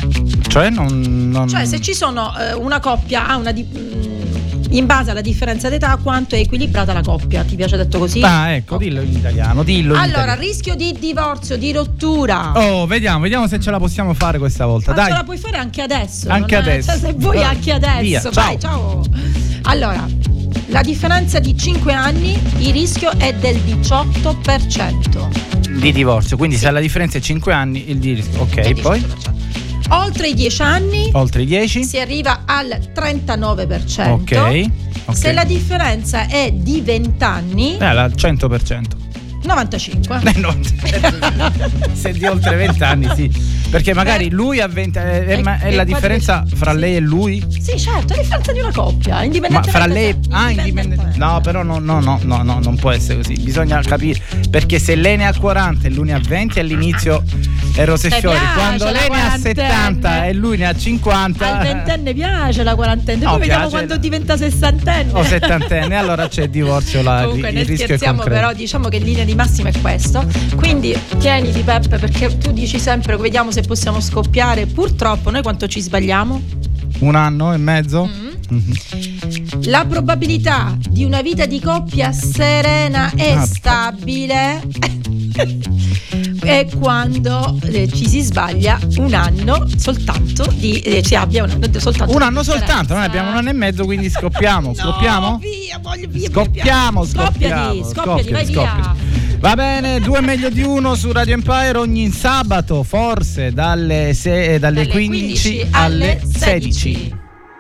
Cioè non, non- Cioè se ci sono eh, una coppia ha una di- mh, in base alla differenza d'età quanto è equilibrata la coppia? Ti piace detto così? Ah, ecco, dillo in italiano, dillo in Allora, italiano. rischio di divorzio, di rottura. Oh, vediamo, vediamo se ce la possiamo fare questa volta. Ma Dai. ce la puoi fare anche adesso. Anche non è- adesso. cioè, se vuoi Vai, anche adesso. via, Vai, ciao. Allora, la differenza di cinque anni, il rischio è del diciotto per cento. Di divorzio, quindi se la differenza è cinque anni, il di rischio. Ok, Del poi diciotto per cento. Oltre i dieci anni oltre i dieci. si arriva al trentanove per cento. Ok. ok. Se la differenza è di venti anni, Eh, al cento per cento. novantacinque. Eh, no. Se di oltre venti anni, sì. Perché magari Beh, lui ha venti. È, è, e- ma- è e la qua differenza dove- fra sì. lei e lui? Sì, certo, è la differenza di una coppia, Ma indipendentemente. fra lei. se- Ah, indipendentemente. No, però no, no, no, no, no, non può essere così. Bisogna capire. Perché se lei ne ha quaranta e lui ne ha venti, all'inizio è rose e Te fiori. piace Quando la lei ne ha quarantenne? settanta e lui ne ha cinquanta. Al ventenne piace la quarantenne, No, poi vediamo piace. quando diventa sessantenne. O settantenne, allora c'è il divorzio, la, Comunque il noi rischio è scherziamo, concreto. però diciamo che in linea di massima è questo. Quindi tieniti Peppe, perché tu dici sempre vediamo se possiamo scoppiare. Purtroppo noi quanto ci sbagliamo? Un anno e mezzo? Mm. Mhm. La probabilità di una vita di coppia serena e Ah. stabile è quando eh, ci si sbaglia un anno soltanto di eh, si abbia un anno soltanto Un di anno differenza. soltanto, noi abbiamo un anno e mezzo, quindi scoppiamo. No, Scoppiamo? via, voglio via, via, Scoppiamo, via. scoppiamo. Scoppiati, scoppiati, vai via. Va bene, due meglio di uno su Radio Empire ogni sabato, forse dalle, se- dalle Dalle quindici quindici alle alle sedici. sedici.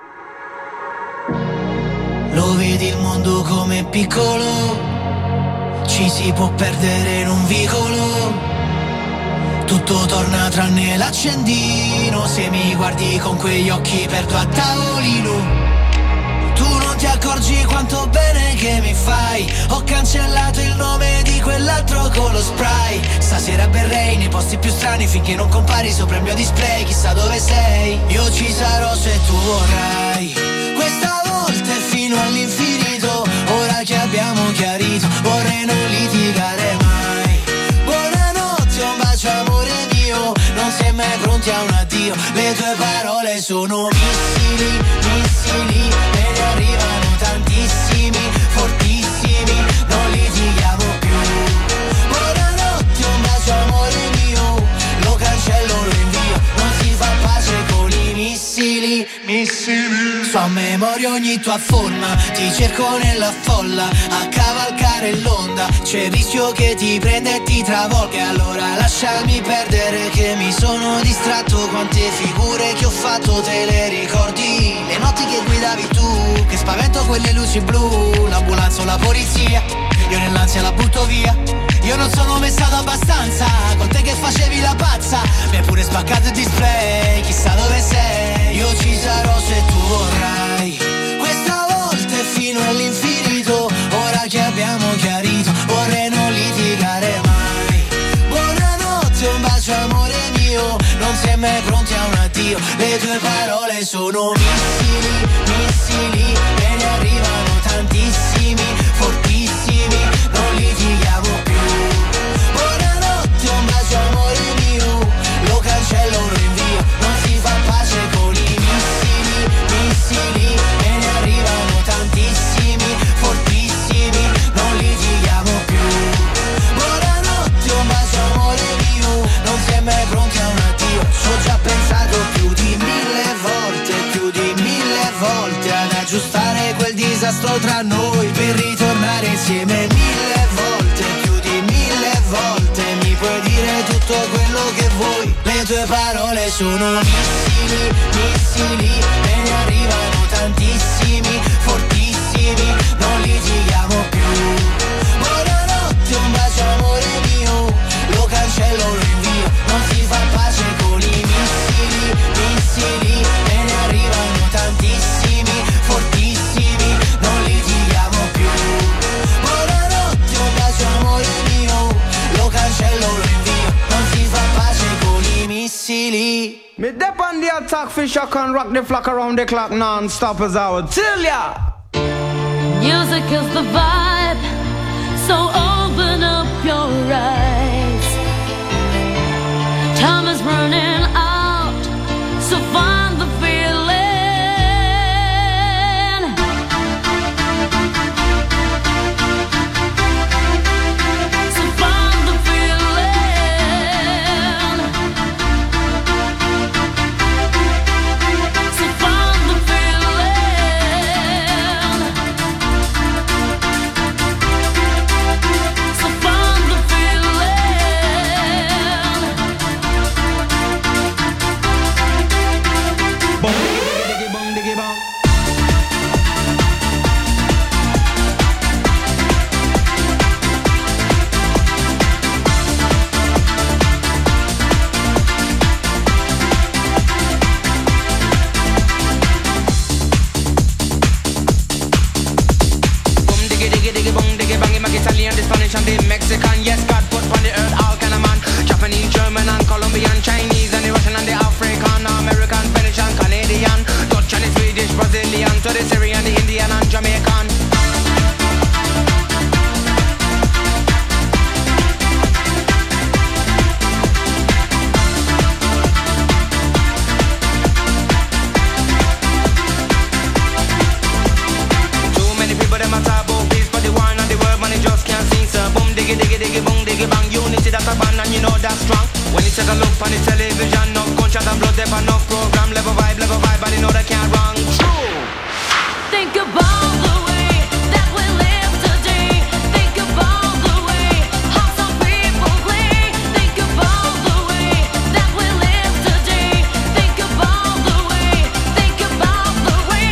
Lo vedi il mondo come piccolo, ci si può perdere in un vicolo. Tutto torna tranne l'accendino, se mi guardi con quegli occhi perdo a tavolino. Tu non ti accorgi quanto bene che mi fai, ho cancellato il nome di quell'altro con lo spray. Stasera berrei nei posti più strani finché non compari sopra il mio display, chissà dove sei. Io ci sarò se tu vorrai, questa volta è fino all'infinito. Ora che abbiamo chiarito vorrei non litigare mai. Buonanotte, un bacio amore mio, non sei mai pronti a un addio. Le tue parole sono missili, missili, e ne arrivano tantissimi, fortissimi, non litighiamo più. Buonanotte, un bacio amore mio, lo cancello, lo invio, non si fa pace con i missili, missili. So a memoria ogni tua forma, ti cerco nella folla, a cavalcare l'onda, c'è il rischio che ti prenda e ti travolga. Allora lasciami perdere che mi sono distratto, quante figure che ho fatto te le ricordi? Le notti che guidavi tu, che spavento quelle luci blu, l'ambulanza o la polizia, io nell'ansia la butto via. Io non sono messato abbastanza, con te che facevi la pazza, mi hai pure spaccato il display, chissà dove sei. Io ci sarò se tu vorrai, rinvio. Le tue parole sono missili, missili, e ne arrivano tantissimi, fortissimi, non litighiamo più. Buonanotte, un bacio amore mio, lo cancello, lo invio, non si fa pace con i missili, missili, e ne arrivano tantissimi, fortissimi, non litighiamo più. Buonanotte, un bacio amore mio, non si è mai pronti a un addio, ci ho già pensato più di mille volte, più di mille volte, ad aggiustare quel disastro tra noi, per ritornare insieme mille volte, più di mille volte, mi puoi dire tutto quello che vuoi, le tue parole sono missili, missili, e ne arrivano tantissimi, fortissimi, non litighiamo più. Buonanotte, un bacio amore mio, lo cancello, lo invio, non si fa pace con i missili, missili, e ne arrivano tantissimi, fortissimi, non litighiamo più. Buonanotte, un bacio amore mio, lo cancello, lo invio, non si fa pace con i missili. Me dep on the attack, fish I can rock the flock around the clock non-stop as I would tell ya. Music is the vibe, so open up your eyes. Time is running out, so find the feeling. So find the feeling. So find the feeling. So find the feeling. Bong diggy bong diggy bong. Boom diggy diggy diggy boom diggy bang, my Italian, the Spanish and the Mexican. Yes, God put on the earth all kind of man. Japanese, German and Colombian, Chinese and the Russian and the African, American, Spanish and Canadian, Dutch and the Swedish, Brazilian, to the Syrian, the Indian and Jamaican. Too many people them a talk about peace, but the war and the world man, it just can't see. So boom diggy diggy diggy boom diggy bang, unity that's a band and you know that's strong. When you take a look on the television, no gunshot and blood, there enough program, level vibe, level vibe, and you know that can't wrong. True. Think about the way that we live today. Think about the way how some people play. Think about the way that we live today. Think about the way. Think about the way.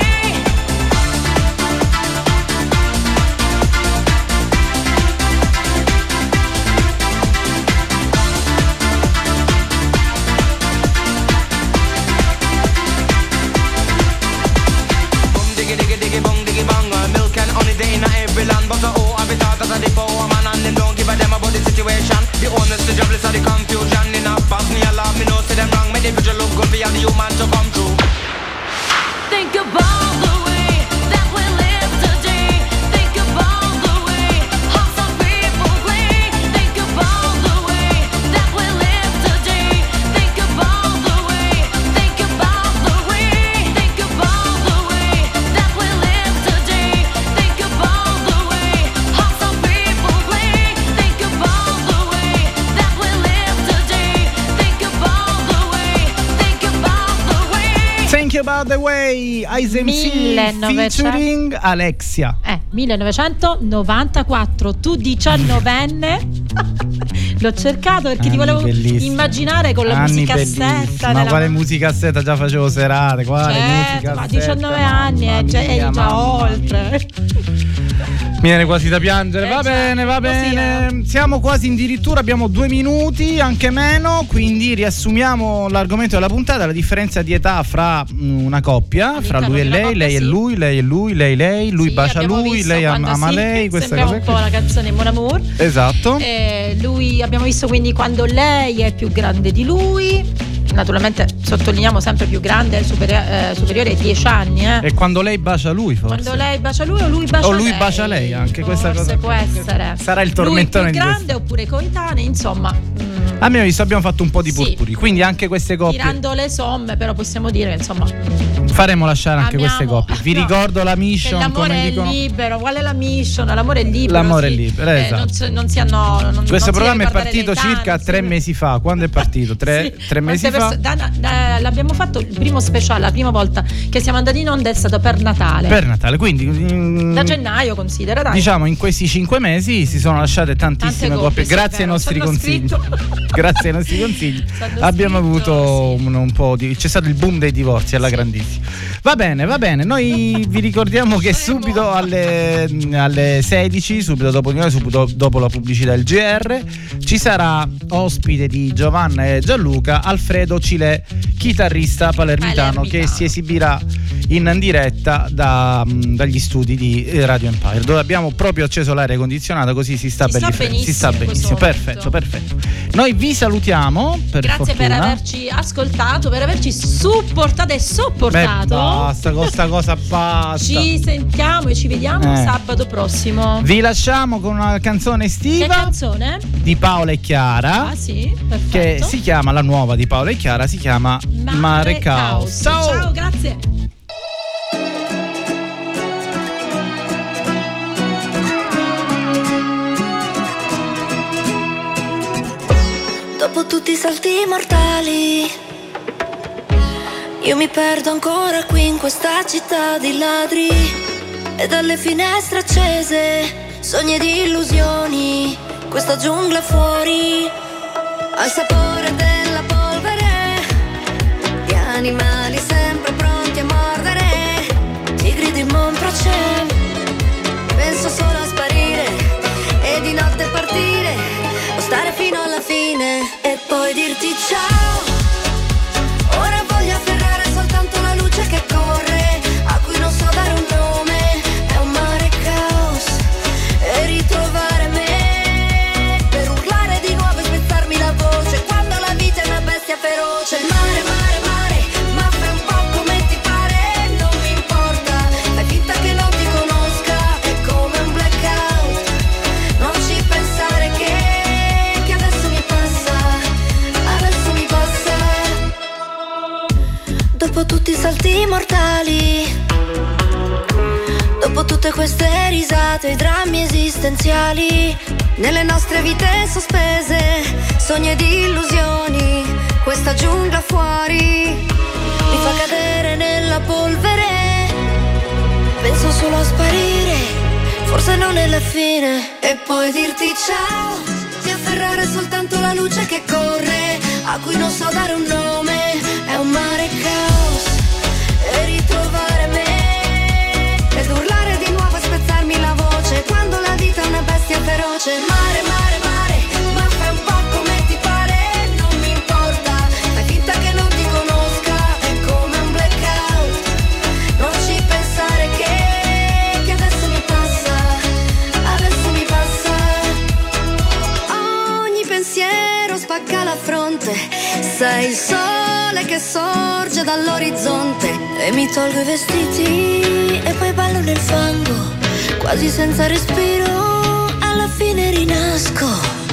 Boom diggy diggy diggy boom diggy bang, uh, milk and honey they in every land, but the oh I be thought as a the power man and them don't give a damn about the situation. The owners, the jobless, and the confusion. In a pass me alarm, me know see them wrong. Make the picture look good for all the human to come true. Think about the way that we live today. Think about the way how some people play. Think about the way that we live today. Think about the way. Think about the way. Think about the way that we live today. Think about the way how some people play. Think about the way that we live today. Think about the way. Think about the way. Thank you about the way, Ice M C millenovecento featuring Alexia. Eh, millenovecentonovantaquattro, tu diciannovenne. L'ho cercato perché Anni ti volevo bellissimi. immaginare con la Anni musicassetta. bellissimi. Ma nella quale mano. musicassetta? Già facevo serate, quale Certo, musicassetta? ma diciannove anni, Mamma eh, già, mia, eri già mamma oltre. Mi viene quasi da piangere. Eh, Va certo, bene, va così bene. Siamo quasi addirittura, abbiamo due minuti, anche meno. Quindi riassumiamo l'argomento della puntata: la differenza di età fra mm, una coppia, fra lui e della lei, coppia, lei e sì. lui, lei e lui, lei lei, lui Sì, bacia abbiamo lui, visto lei quando ama sì, lei. Queste sembrava cose un po' qui. la canzone Mon Amour. Esatto. Eh, lui abbiamo visto quindi quando lei è più grande di lui. naturalmente sottolineiamo sempre più grande, superi- eh, superiore ai dieci anni. Eh. E quando lei bacia lui, forse? Quando lei bacia lui o lui bacia o lui lei. bacia lei, anche questa cosa. Può essere. Sarà il tormentone lui più di grande questo. oppure coetanei, insomma. Mm. A me visto abbiamo fatto un po' di Sì. purpuri, quindi anche queste coppie. Tirando le somme, però possiamo dire che insomma faremo lasciare anche amiamo, queste coppie. Vi no, ricordo la mission, l'amore come è dicono. libero. Qual è la mission? L'amore è libero. L'amore sì. è libero, Eh, esatto. non, si- non si hanno. Non, Questo non si programma deve è guardare partito l'età, circa non si tre deve- mesi fa. Quando è partito? Tre, Sì. tre mesi Quante fa? perso- da- da- l'abbiamo fatto il primo speciale, la prima volta che siamo andati in onda è stato per Natale. Per Natale, quindi mm, Da gennaio considera, dai. diciamo in questi cinque mesi si sono lasciate tantissime Tante coppie, coppie, sì, grazie ai vero. nostri Ci hanno consigli. scritto. Grazie ai nostri consigli Ci hanno abbiamo scritto, avuto sì. un, un po' di c'è stato il boom dei divorzi alla Sì. grandissima. Va bene, va bene. Noi vi ricordiamo che subito alle, alle sedici, subito dopo di noi, subito dopo la pubblicità del G R, ci sarà ospite di Giovanna e Gianluca Alfredo Cilè, chitarrista palermitano, Palermitano. che si esibirà in diretta da, mh, dagli studi di Radio Empire, dove abbiamo proprio acceso l'aria condizionata, così si sta Si sta belli freschi. Si sta benissimo in questo benissimo, momento. perfetto, perfetto. Noi vi salutiamo, per Grazie per fortuna. averci ascoltato, per averci supportato e Beh, sopportato. basta, con sta cosa basta. Ci sentiamo e ci vediamo Eh. sabato prossimo. Vi lasciamo con una canzone Che estiva canzone? di Paola e Chiara, Ah sì, che perfetto. si chiama, la nuova di Paola e Chiara si chiama Mare, Caos. Ciao! Ciao, grazie. Dopo tutti i salti mortali, io mi perdo ancora qui in questa città di ladri. E dalle finestre accese, sogni di illusioni, questa giungla fuori, al sapore della polvere, di animali sempre pronti a mordere, tigri di Monproce. Penso solo a sparire e di notte partire, o stare fino alla fine e poi dirti ciao. Ora voglio afferrare soltanto la luce che corre, a cui non so dare un nome, è un mare caos, e ritrovare me per urlare di nuovo e spezzarmi la voce quando la vita è una bestia feroce. Mare, mare, mare, ma fai un po' come ti pare, non mi importa, fai finta che non ti conosca, è come un blackout, non ci pensare che, che adesso mi passa, adesso mi passa. Dopo tutti i salti mortali, dopo tutte queste risate, i drammi esistenziali, nelle nostre vite sospese, sogni ed illusioni, questa giungla fuori mi fa cadere nella polvere. Penso solo a sparire, forse non è la fine, e poi dirti ciao, di afferrare soltanto la luce che corre, a cui non so dare un nome, è un mare caos, e ritrovare me ed urlare di nuovo e spezzarmi la voce quando la vita è una bestia feroce. Mare, mare, mare, ma fai un po' come ti pare, non mi importa, fai finta che non ti conosca, è come un blackout, non ci pensare che, che adesso mi passa, adesso mi passa. Ogni pensiero spacca la fronte, sei il sole che sorge dall'orizzonte, e mi tolgo i vestiti e poi ballo nel fango, quasi senza respiro, alla fine rinasco.